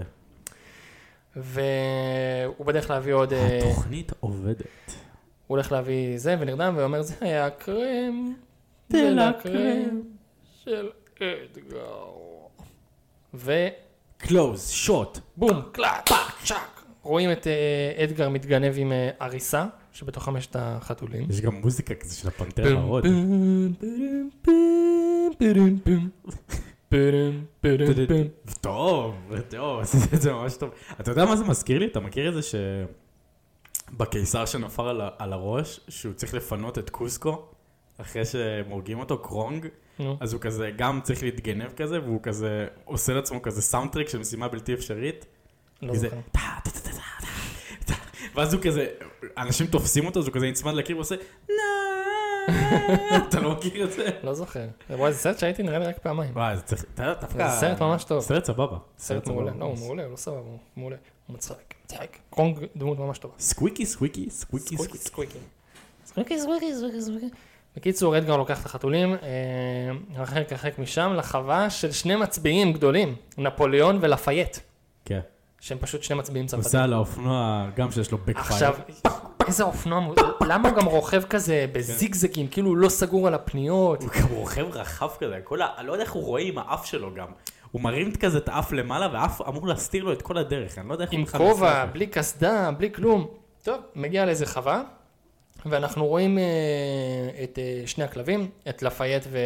והוא בדרך להביא עוד... התוכנית עובדת. הוא הולך להביא זה ונרדם, ואומר, זה היה קרם דה לקרם של אדגר. ו... קלוז, שוט. בום, קלאק, פאק, צ'אק. רואים את אדגר מתגנב עם אריסה, שבתוך חמשת החתולים. יש גם מוזיקה כזה של הפנתר הרוד. טוב, טוב, עשית את זה ממש טוב. אתה יודע מה זה מזכיר לי? אתה מכיר את זה שבקיסר שנפר על הראש, שהוא צריך לפנות את קוסקו, אחרי שמורגים אותו, קרונג, אז הוא כזה גם צריך להתגנב כזה, והוא כזה עושה לעצמו כזה סאונדטרק של משימה בלתי אפשרית. לא זוכר. ואז הוא כזה, אנשים תופסים אותו, אז הוא כזה נצמד לקיר ועושה אתה לא מכיר את זה? לא זוכר. וואי, זה סרט שהייתי נראה לי רק פעמיים. וואי, זה צריך, דווקא... זה סרט ממש טוב. סרט סבבה. סרט מעולה. לא, הוא מעולה, הוא לא סבבה, הוא מעולה. הוא מצחיק. מצחיק. קרונג דמות ממש טובה. סקוויקי, סקוויקי, סקוויקי, סקוויקי. סקוויקי, סקוויקי, סקוויקי, סקוויקי. בקיצור, אדגר לוקח את החתולים, הרחק הרחק משם לחווה של שני מצביעים גדולים, נפוליאון ולפייט. כן. שהם פשוט שני מצביעים צרפתיים. עושה על האופנוע גם שיש לו בקפייר. עכשיו, איזה אופנוע, למה הוא גם רוכב כזה בזיגזגים, כאילו הוא לא סגור על הפניות. הוא גם רוכב רחב כזה, כל ה... אני לא יודע איך הוא רואה עם האף שלו גם. הוא מרים כזה את האף למעלה, והאף אמור להסתיר לו את כל הדרך, אני לא יודע איך הוא עם כובע, בלי קסדה, בלי כלום. טוב, מגיע לאיזה חווה, ואנחנו רואים אה, את אה, שני הכלבים, את לפייט ו...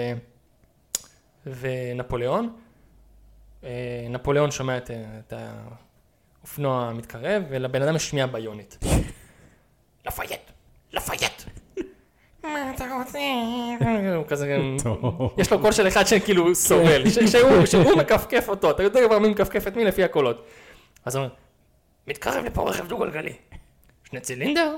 ונפוליאון. אה, נפוליאון שומע את, את האופנוע מתקרב, ולבן אדם יש שמיעה ביונית. לפייט, לפייט. מה אתה רוצה? הוא כזה, יש לו קול של אחד שכאילו סובל, שהוא מקפקף אותו, אתה יודע כבר מי מקפקף את מי לפי הקולות. אז הוא אומר, מתקרב לפה רכב דו-גלגלי. שני צילינדר?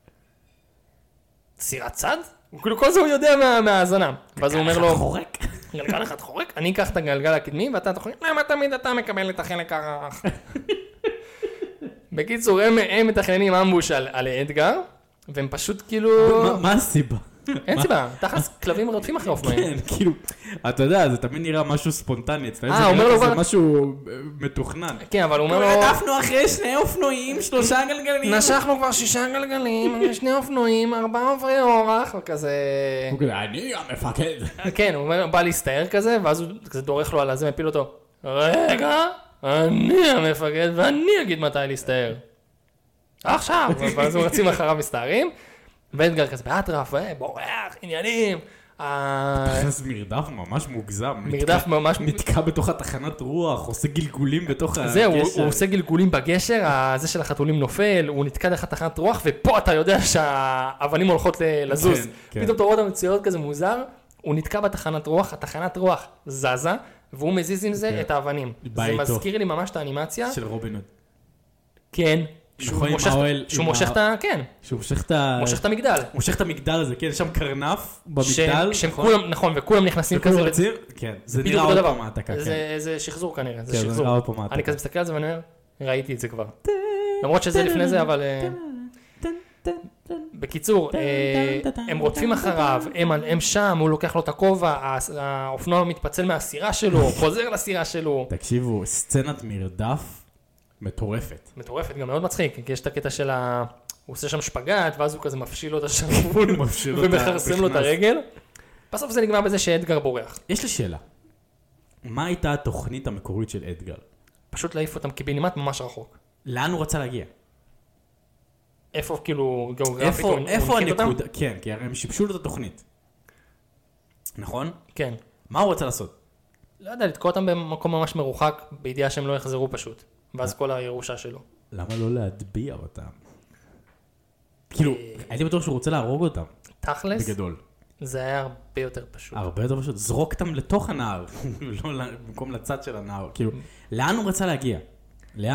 סירת צד? כאילו כל זה הוא יודע מהאזנה. ואז הוא אומר לו, חורק. גלגל אחד חורק, אני אקח את הגלגל הקדמי ואתה תוכל, למה תמיד אתה מקבל את החלק הרך? בקיצור, הם מתכננים אמבוש על אדגר, והם פשוט כאילו... מה הסיבה? אין סיבה, תכלס כלבים רודפים אחרי אופנועים. כן, כאילו, אתה יודע, זה תמיד נראה משהו ספונטני, אה, אומר לו זה משהו מתוכנן. כן, אבל הוא אומר לו... רדפנו אחרי שני אופנועים, שלושה גלגלים. נשכנו כבר שישה גלגלים, שני אופנועים, ארבעה עוברי אורח, וכזה... הוא כזה, אני המפקד. כן, הוא אומר, בא להסתער כזה, ואז הוא כזה דורך לו על הזה, מפיל אותו. רגע, אני המפקד, ואני אגיד מתי להסתער. עכשיו, ואז הם רצים אחריו מסתערים. ואדגר כזה באטרף, בורח, עניינים. תכנס מרדף ממש מוגזם. מרדף ממש... נתקע בתוך התחנת רוח, עושה גלגולים בתוך הגשר. זהו, הוא עושה גלגולים בגשר, זה של החתולים נופל, הוא נתקע דרך התחנת רוח, ופה אתה יודע שהאבנים הולכות לזוז. פתאום אתה רואה את המציאות כזה מוזר, הוא נתקע בתחנת רוח, התחנת רוח זזה, והוא מזיז עם זה את האבנים. זה מזכיר לי ממש את האנימציה. של רובין הוד. כן. שהוא מושך את ה... כן. שהוא מושך את ה... מושך את המגדל. מושך את המגדל הזה, כן, יש שם קרנף במגדל. נכון, וכולם נכנסים כזה... כן, זה נראה עוד פעם העתקה. זה שחזור כנראה, זה כן, זה נראה עוד פעם העתקה. אני כזה מסתכל על זה ואני אומר, ראיתי את זה כבר. למרות שזה לפני זה, אבל... בקיצור, הם רודפים אחריו, הם שם, הוא לוקח לו את הכובע, האופנוע מתפצל מהסירה שלו, חוזר לסירה שלו. תקשיבו, סצנת מרדף מטורפת. מטורפת, גם מאוד מצחיק, כי יש את הקטע של ה... הוא עושה שם שפגט, ואז הוא כזה מפשיל לו את השרפון, ומחרסם לו את הרגל. בסוף זה נגמר בזה שאדגר בורח. יש לי שאלה. מה הייתה התוכנית המקורית של אדגר? פשוט להעיף אותם קיבינימט ממש רחוק. לאן הוא רצה להגיע? איפה כאילו גיאוגרפית הוא הנחית אותם? איפה הנקודה? כן, כי הרי הם שיבשו לו את התוכנית. נכון? כן. מה הוא רצה לעשות? לא יודע, לתקוע אותם במקום ממש מרוחק, בידיעה שהם לא יחזרו פשוט. ואז כל הירושה שלו. למה לא להטביע אותם? כאילו, הייתי בטוח שהוא רוצה להרוג אותם. תכלס? בגדול. זה היה הרבה יותר פשוט. הרבה יותר פשוט. זרוק אותם לתוך הנהר, לא במקום לצד של הנהר. כאילו, לאן הוא רצה להגיע? לאן?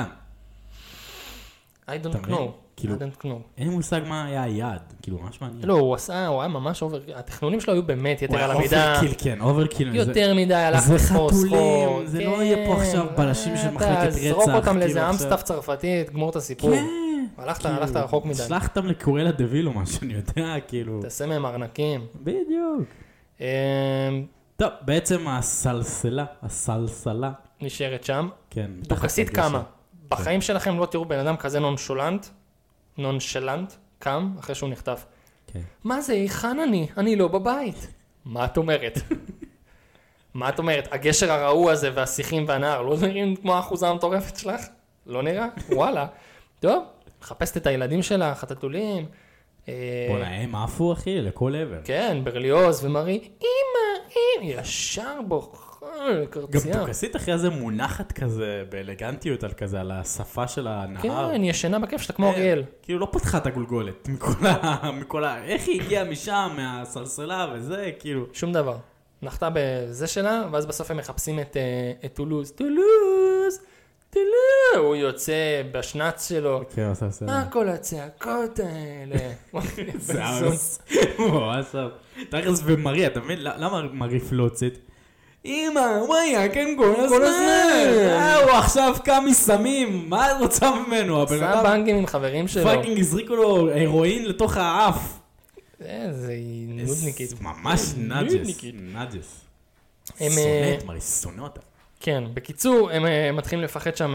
I don't know. I don't know. אין מושג מה היה היעד. כאילו, ממש מעניין. לא, הוא עשה, הוא היה ממש אובר... התכנונים שלו היו באמת יתר על המידה. אוברקיל, כן, אוברקיל. יותר מדי, הלך לספור ספור. זה לא יהיה פה עכשיו בלשים של מחלקת רצח. זרוק אותם לאיזה אמסטף צרפתי, תגמור את הסיפור. הלכת, הלכת רחוק מדי. שלח אותם לקורלה דוויל או משהו, אני יודע, כאילו. תעשה מהם ארנקים. בדיוק. טוב, בעצם הסלסלה, הסלסלה. נשארת שם. כן. דוכסית כמה. בחיים שלכם לא תראו בן אדם כזה נונשולנט, נונשלנט, קם אחרי שהוא נחטף. מה זה, היכן אני? אני לא בבית. מה את אומרת? מה את אומרת? הגשר הרעוע הזה והשיחים והנהר לא נראים כמו האחוזה המטורפת שלך? לא נראה? וואלה. טוב, מחפשת את הילדים שלה, חתתולים. בוא נהם, עפו אחי, לכל עבר. כן, ברליוז ומרי, אמא, אמא, ישר בוכל, קרצייה. גם דוכסית אחרי זה מונחת כזה, באלגנטיות על כזה, על השפה של הנהר. כן, היא ישנה בכיף שלה כמו אריאל. כאילו לא פתחה את הגולגולת, מכל ה... איך היא הגיעה משם, מהסלסלה וזה, כאילו. שום דבר. נחתה בזה שלה, ואז בסוף הם מחפשים את טולוז. טולוז! טולוז! הוא יוצא בשנץ שלו. כן, עושה עושה. מה כל הצעקות האלה? זה ארס. ממש טוב. תכלס ומרי, אתה מבין? למה מרי פלוצת? אמא, הוא היה כאן כל הזמן. הוא עכשיו קם מסמים, מה את רוצה ממנו? עשה בנקים עם חברים שלו. פאקינג הזריקו לו הרואין לתוך האף. זה נודניקית. ממש נאג'ס. נאג'ס. שונאת, מרי, שונא אותה. כן, בקיצור, הם מתחילים לפחד שם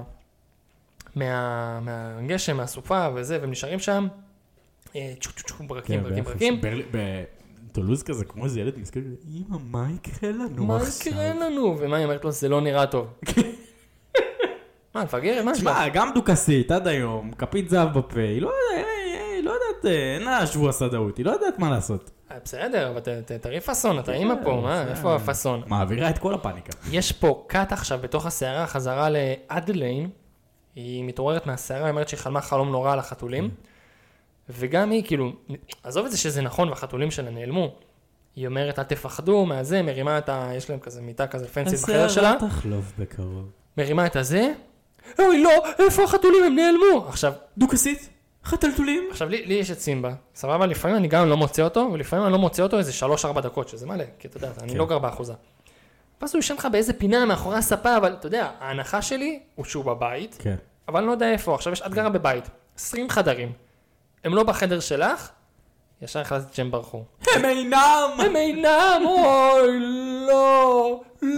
מהגשם, מהסופה וזה, והם נשארים שם. צ'ו צ'ו צ'ו, ברקים, ברקים, ברקים. טולוז כזה, כמו איזה ילד מסכן, אמא, מה יקרה לנו מה עכשיו? יקרה לנו? ומה היא אומרת לו? זה לא נראה טוב. מה, נפגר? מה? תשמע, גם דוכסית, עד היום, כפית זהב בפה, היא לא יודעת, היא לא יודעת, אין לה שבוע סדאות, היא לא יודעת מה לעשות. בסדר, אבל תראי פאסון, אתה אימא פה, מה? איפה הפאסון? מעבירה את כל הפאניקה. יש פה קאט עכשיו בתוך הסערה, חזרה לאדליין, היא מתעוררת מהסערה, היא אומרת שהיא חלמה חלום נורא על החתולים, וגם היא, כאילו, עזוב את זה שזה נכון, והחתולים שלה נעלמו, היא אומרת, אל תפחדו מהזה, מרימה את ה... יש להם כזה מיטה כזה פנסית בחדר שלה. הסערה תחלוף בקרוב. מרימה את הזה, אוי לא, איפה החתולים, הם נעלמו. עכשיו, דוכסית, חתלתולים. עכשיו, לי, לי יש את סימבה, סבבה, לפעמים אני גם לא מוצא אותו, ולפעמים אני לא מוצא אותו איזה שלוש ארבע דקות, שזה מלא, כי אתה יודע, אני לא גר באחוזה. ואז הוא ישן לך באיזה פינה מאחורי הספה, אבל אתה יודע, ההנחה שלי הוא שהוא בבית, כן. אבל אני לא יודע איפה, עכשיו יש את גרה בבית, עשרים חדרים, הם לא בחדר שלך, ישר החלטתי שהם ברחו. הם אינם! הם אינם, אוי, לא,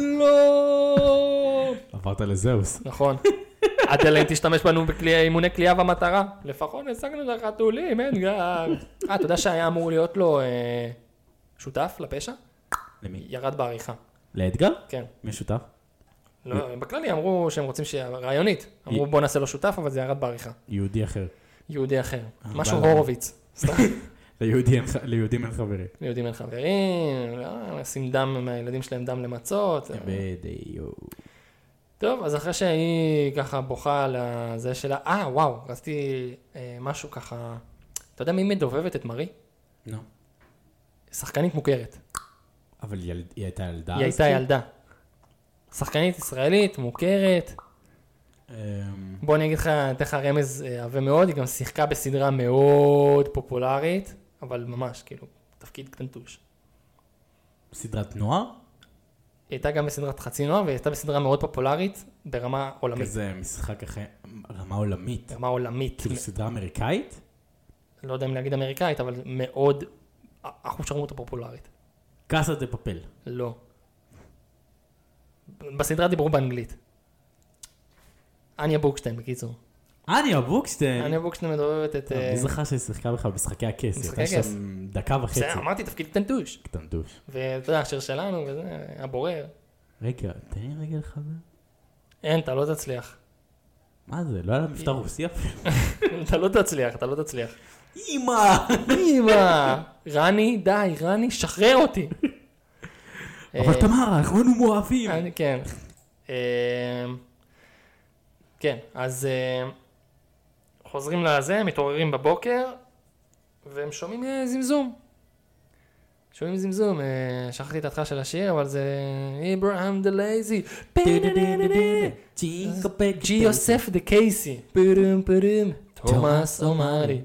לא. עברת לזהוס. נכון. אדליין תשתמש בנו באימוני קליעה במטרה. לפחות השגנו את החתולים, אין גם. אה, אתה יודע שהיה אמור להיות לו אה, שותף לפשע? למי? ירד בעריכה. לאתגר? כן. מי שותף? לא, בכללי אמרו שהם רוצים שיהיה רעיונית. אמרו בוא נעשה לו שותף, אבל זה ירד בעריכה. יהודי אחר. יהודי אחר. משהו אבל- הורוביץ. סתם. ליהודים אין חברים. ליהודים אין חברים, לא, נשים דם מהילדים שלהם דם למצות. בדיוק. טוב, אז אחרי שהיא ככה בוכה על זה שלה, אה, וואו, רציתי אה, משהו ככה, אתה יודע מי מדובבת את מרי? נו. שחקנית מוכרת. אבל ילד- היא הייתה ילדה? היא אז הייתה כאילו? ילדה. שחקנית ישראלית, מוכרת. אמ, בוא אני אגיד לך, אתן לך רמז אה, עבה מאוד, היא גם שיחקה בסדרה מאוד פופולרית, אבל ממש, כאילו, תפקיד קטנטוש. סדרת נוער? היא הייתה גם בסדרת חצי נוער, והיא הייתה בסדרה מאוד פופולרית ברמה עולמית. כזה משחק אחרי רמה עולמית. ברמה עולמית. כאילו סדרה אמריקאית? לא יודע אם להגיד אמריקאית, אבל מאוד אחוז שרמוט הפופולרית. קאסה דה פפל. לא. בסדרה דיברו באנגלית. אניה בוקשטיין, בקיצור. אניה בוקשטיין. אניה בוקשטיין מדובבת את... מי זכר שהיא שיחקה בכלל במשחקי הכס? משחקי הייתה הכס. שם דקה וחצי. בסדר, אמרתי תפקיד קטנטוש. קטנטוש. ואתה יודע, השיר שלנו, וזה, הבורר. רגע, תן לי רגע לחבר. אין, אתה לא תצליח. מה זה? לא היה לה מבטא רוסי אפילו. אתה לא תצליח, אתה לא תצליח. אמא! אמא! רני, די, רני, שחרר אותי. אבל תמר, אנחנו היינו מואבים. אני, כן. אה, כן, אז אה, חוזרים לזה, מתעוררים בבוקר, והם שומעים אה, זמזום. שומעים זמזום, אה, שכחתי את ההתחלה של השיר, אבל זה אברהם דה לייזי. ג'י יוסף דה קייסי. פרום פרום. תומאס אומרי.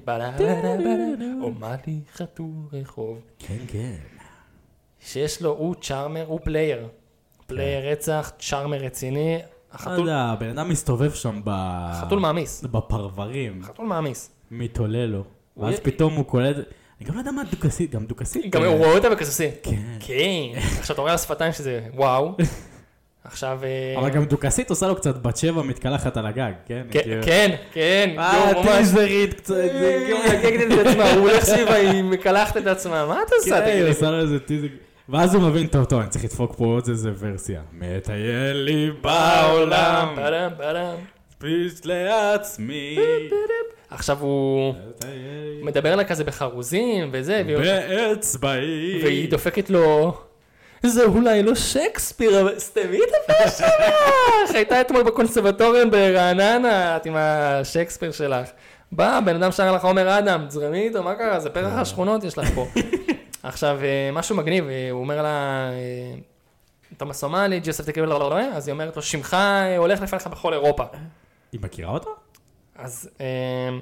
אומרי חתור רחוב. כן, כן. שיש לו, הוא צ'ארמר, הוא פלייר. פלייר רצח, צ'ארמר רציני. לא החתול, יודע, הבן אדם מסתובב שם ב... חתול מאמיס. בפרברים. חתול מאמיס. מתעולה לו. הוא ואז יהיה- פתאום הוא קולט... אני גם לא יודע מה דוכסית, גם דוכסית. גם הוא רואה אותה וכזה, כן. כן. עכשיו אתה רואה על השפתיים שזה וואו. עכשיו... אה, אבל גם דוכסית עושה לו קצת בת שבע מתקלחת על הגג, כן? כן, כאילו- כן, כן. אה, יואו, ממש. טיזרית קצת. זה היא כן. מלגגת את עצמה, הוא הולך סביבה, היא מקלחת את עצמה, מה אתה עושה? כן, תגיד היא לי? עושה לו איזה טיזר. ואז הוא מבין, טוב, טוב, אני צריך לדפוק פה עוד איזה ורסיה. מטייל לי בעולם, פרם, פרם. פיש לעצמי. עכשיו הוא מטייל מדבר לה כזה בחרוזים וזה, והיא- באצבעי. והיא דופקת לו, זה אולי לא שייקספיר, אבל סתמי את הפה שלך. הייתה אתמול בקונסרבטוריון ברעננה, את עם השייקספיר שלך. בא, בן אדם שר לך עומר אדם, זרמי איתו, מה קרה? זה פרח השכונות יש לך פה. עכשיו, אה, משהו מגניב, אה, הוא אומר לה, אה, תומאס אומלי, ג'וסף תקבל, אז היא אומרת לו, שמך אה, הולך לפניך בכל אירופה. היא מכירה אותו? אז אה,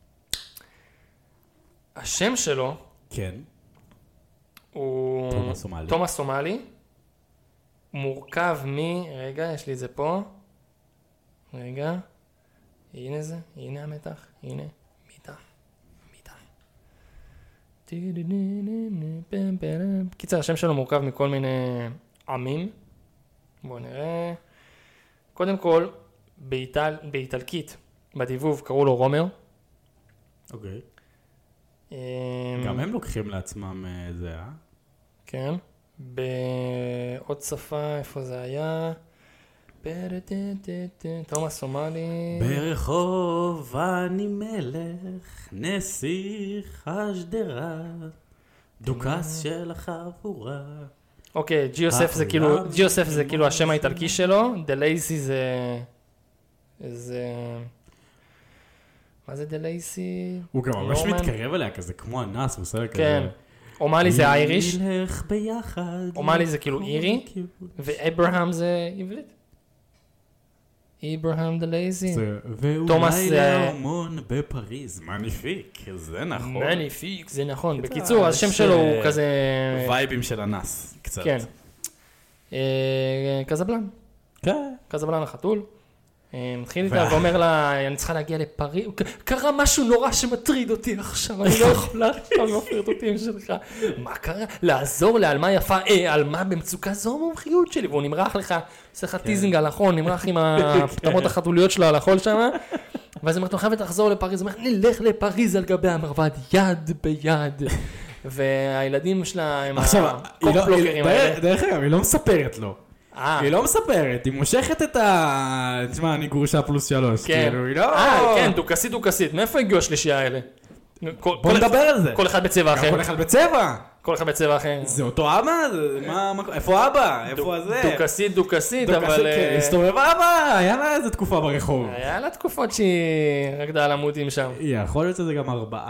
השם שלו כן. הוא תומאס אומלי. תומאס אומלי, מורכב מ... רגע, יש לי את זה פה. רגע. הנה זה, הנה המתח, הנה. מתח, מתח. קיצר, השם שלו מורכב מכל מיני עמים. בואו נראה. קודם כל, באיטל, באיטלקית, בדיבוב קראו לו רומאו. אוקיי. אמ, גם הם לוקחים לעצמם אה, זה, אה? כן. בעוד שפה, איפה זה היה? תומאס סומלי. ברחוב אני מלך, נסיך השדרה, דוכס של החבורה. אוקיי, ג'יוסף זה כאילו, ג'יוסף זה כאילו השם האיטלקי שלו, דלייסי זה... זה... מה זה דלייסי? הוא גם ממש מתקרב אליה כזה, כמו אנס, הוא עושה כזה. כן. אומלי זה אייריש. נלך ביחד. אומלי זה כאילו אירי, ואברהם זה עברית. אברהם דלייזי. ואולי להמון בפריז, מניפיק, זה נכון. מניפיק, זה נכון. בקיצור, השם שלו הוא כזה... וייבים של אנס, קצת. כן. קזבלן. כן. קזבלן החתול. מתחיל איתה ואומר לה, אני צריכה להגיע לפריז, קרה משהו נורא שמטריד אותי עכשיו, אני לא יכולה עכשיו בפרטוטים שלך. מה קרה? לעזור לעלמה יפה, אה, עלמה במצוקה, זו המומחיות שלי, והוא נמרח לך, עושה לך טיזינג על החול, נמרח עם הפטמות החתוליות שלו על החול שם, ואז אמרת, אני חייבת לחזור לפריז, הוא אומר, נלך לפריז על גבי המרבד, יד ביד. והילדים שלה הם הקופלוקרים האלה. דרך אגב, היא לא מספרת לו. היא לא מספרת, היא מושכת את ה... תשמע, אני גרושה פלוס שלוש, כאילו, היא לא... אה, כן, דוקסית, דוקסית, מאיפה הגיעו השלישייה האלה? בוא נדבר על זה. כל אחד בצבע אחר. כל אחד בצבע. כל אחד בצבע אחר. זה אותו אבא? איפה אבא? איפה הזה? דוקסית, דוקסית, אבל... הסתובב אבא, היה לה איזה תקופה ברחוב. היה לה תקופות שהיא רקדה על עמודים שם. יכול להיות שזה גם ארבעה.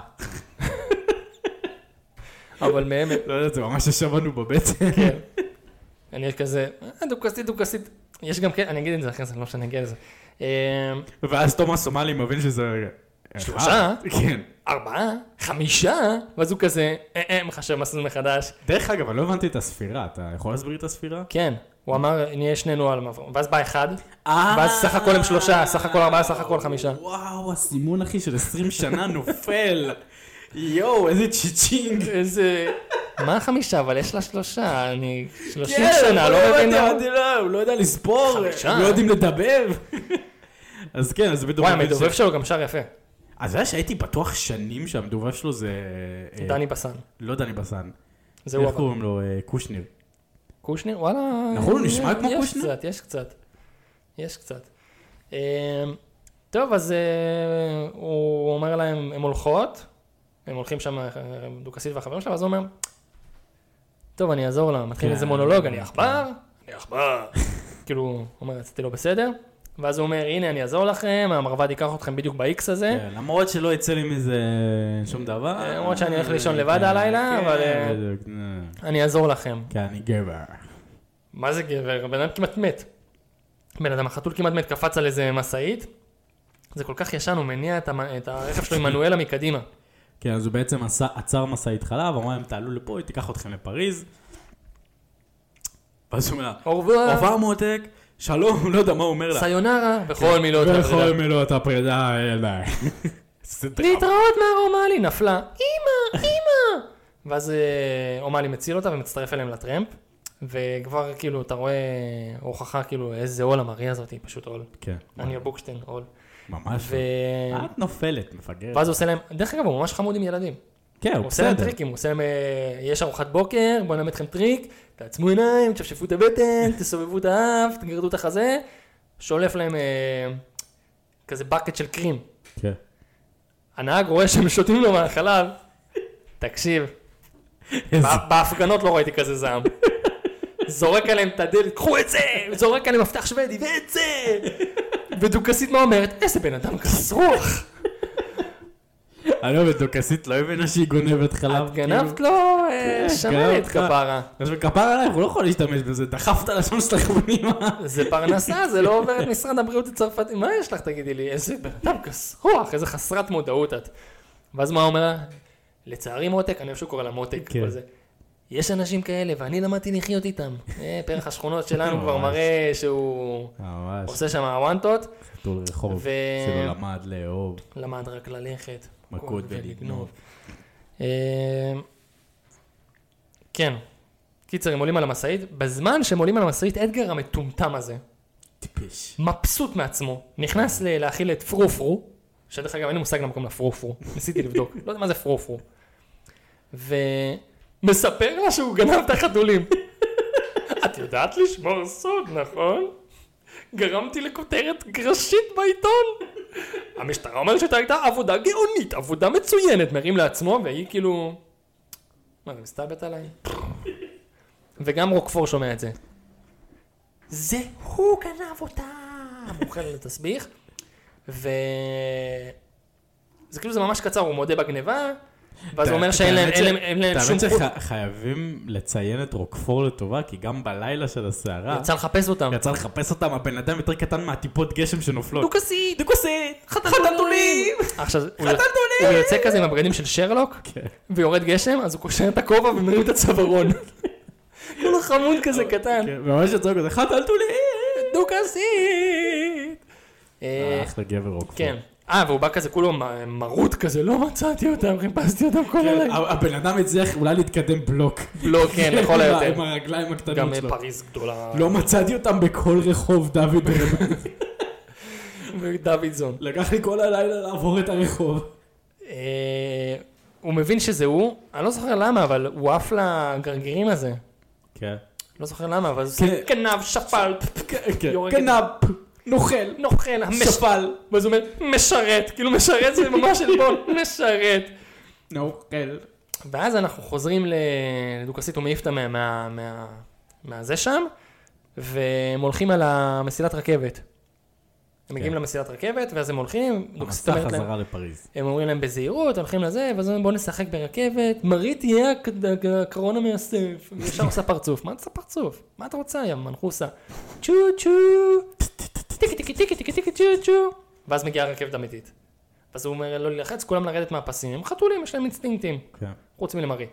אבל מהם... לא יודע, זה ממש ששבנו בבטן. כן. אני כזה, דוקסית, דוקסית. יש גם כן, אני אגיד את זה אחרי זה, לא משנה, אני אגיד את זה. ואז תומאס סומלי מבין שזה... שלושה? כן. ארבעה? חמישה? ואז הוא כזה, אה, אה, מחשב מסלול מחדש. דרך אגב, אני לא הבנתי את הספירה, אתה יכול להסביר את הספירה? כן, הוא אמר, נהיה שנינו על מעבר, ואז בא אחד, ואז סך הכל הם שלושה, סך הכל ארבעה, סך הכל חמישה. וואו, הסימון אחי של עשרים שנה נופל. יואו, איזה צ'יצ'ינג. איזה... מה חמישה? אבל יש לה שלושה, אני שלושים שנה, לא מבין לא. הוא לא יודע לספור, לא יודעים לדבר. אז כן, אז בדיוק... וואי, המדובב שלו גם שר יפה. אז זה היה שהייתי בטוח שנים שהמדובב שלו זה... דני בסן. לא דני בסן. זה הוא איך קוראים לו? קושניר. קושניר? וואלה... נכון, הוא נשמע כמו קושניר? יש קצת, יש קצת. יש קצת. טוב, אז הוא אומר להם, הם הולכות, הם הולכים שם, דוקסית והחברים שלה, אז הוא אומר, טוב, אני אעזור לה, מתחיל איזה מונולוג, אני אכבר, אני אכבר. כאילו, הוא אומר, רציתי לו בסדר. ואז הוא אומר, הנה, אני אעזור לכם, המרבד ייקח אתכם בדיוק ב-X הזה. כן, למרות שלא יצא לי מזה שום דבר. למרות שאני הולך לישון לבד הלילה, אבל אני אעזור לכם. כן, אני גבר. מה זה גבר? בן אדם כמעט מת. בן אדם, החתול כמעט מת, קפץ על איזה מסעית. זה כל כך ישן, הוא מניע את הרכב שלו עם מנואלה מקדימה. כן, אז הוא בעצם עצר מסעית חלב, אמר להם, תעלו לפה, היא תיקח אתכם לפריז. ואז הוא אומר, אורבר מותק, שלום, לא יודע מה הוא אומר לה. סיונרה, בכל מילות הפרידה. בכל מילות הפרידה, אלה. להתראות מהרומלי, נפלה, אמא, אמא. ואז אומלי מציל אותה ומצטרף אליהם לטרמפ, וכבר כאילו אתה רואה הוכחה כאילו איזה עול המריה הזאת, היא פשוט עול. כן. אני הבוקשטיין, עול. ממש. את נופלת, מפגרת. ואז הוא עושה להם, דרך אגב, הוא ממש חמוד עם ילדים. כן, הוא בסדר. הוא עושה להם טריקים, הוא עושה להם, יש ארוחת בוקר, בוא נעמד אתכם טריק, תעצמו עיניים, תשפשפו את הבטן, תסובבו את האף, תגרדו את החזה, שולף להם כזה בקט של קרים. כן. הנהג רואה שהם שותים לו מהחלב, תקשיב, בהפגנות לא ראיתי כזה זעם. זורק עליהם את הדלת, קחו את זה, זורק עליהם מפתח שוודי, ואת זה! ודוקסית מה אומרת? איזה בן אדם כסרוח. אני לא בדוקסית, לא הבינה שהיא גונבת חלב. את גנבת לו שמנת כפרה. אז בכפרה עליך, הוא לא יכול להשתמש בזה, דחפת לשון שלך פנימה. זה פרנסה, זה לא עובר את משרד הבריאות הצרפתי. מה יש לך, תגידי לי? איזה בן אדם כסרוח, איזה חסרת מודעות את. ואז מה אומר? לצערי מותק, אני חושב קורא לה מותק. יש אנשים כאלה, ואני למדתי לחיות איתם. פרח השכונות שלנו כבר מראה שהוא עושה שם הוואנטות. חתול רחוב, שלא למד לאהוב. למד רק ללכת. מכות ולגנוב. כן. קיצר, הם עולים על המסעית. בזמן שהם עולים על המסעית, אדגר המטומטם הזה, טיפש. מבסוט מעצמו. נכנס להאכיל את פרופרו, שדרך אגב, אין לי מושג למקום לפרופרו. ניסיתי לבדוק. לא יודע מה זה פרופרו. ו... מספר לה שהוא גנב את החתולים. את יודעת לשמור סוד, נכון? גרמתי לכותרת גרשית בעיתון. המשטרה אומרת שאתה הייתה עבודה גאונית, עבודה מצוינת, מרים לעצמו, והיא כאילו... מה, זה מסתלבט עליי? וגם רוקפור שומע את זה. זה הוא גנב אותה! מוכן לתסביך. ו... זה כאילו זה ממש קצר, הוא מודה בגניבה, ואז הוא אומר שאין להם שום... אתה האמת שחייבים לציין את רוקפור לטובה, כי גם בלילה של הסערה... יצא לחפש אותם. יצא לחפש אותם, הבן אדם יותר קטן מהטיפות גשם שנופלות. דוקסית! דוקסית! חתלתולים! עכשיו, הוא יוצא כזה עם הבגדים של שרלוק, ויורד גשם, אז הוא קושר את הכובע ומרים את הצווארון. כולו חמוד כזה קטן. ממש יצא כזה, חתלתולים! דוקסית! אחלה גבר רוקפור. כן. אה, והוא בא כזה כולו מרות כזה, לא מצאתי אותם, חיפשתי אותם כל הלילה. הבן אדם הצליח אולי להתקדם בלוק. בלוק, כן, לכל היותר. עם הרגליים הקטנות שלו. גם פריז גדולה. לא מצאתי אותם בכל רחוב דוד ברמן. ודוד זון. לקח לי כל הלילה לעבור את הרחוב. הוא מבין שזה הוא, אני לא זוכר למה, אבל הוא עף לגרגירים הזה. כן. לא זוכר למה, אבל זה גנב, שפל. גנב. נוכל, נוכל, שפל, ואז הוא אומר, משרת, כאילו משרת זה ממש אלבון, משרת. נוכל. ואז אנחנו חוזרים לדוקסית, הוא מעיף אותה מהזה שם, והם הולכים על המסילת רכבת. הם מגיעים למסילת רכבת, ואז הם הולכים, המסע חזרה לפריז. הם אומרים להם בזהירות, הולכים לזה, ואז אומרים בואו נשחק ברכבת, מרי תהיה הקרון המאסף, וישר עושה פרצוף. מה אתה עושה פרצוף? מה אתה רוצה, יא מנחוסה? צ'ו צ'ו, טיקי טיקי טיקי טיקי טיקי צ'ו צ'ו. ואז מגיעה הרכבת אמיתית. ואז הוא אומר לא ללחץ, כולם לרדת מהפסים, הם חתולים, יש להם אינסטינקטים. חוץ מלמרי.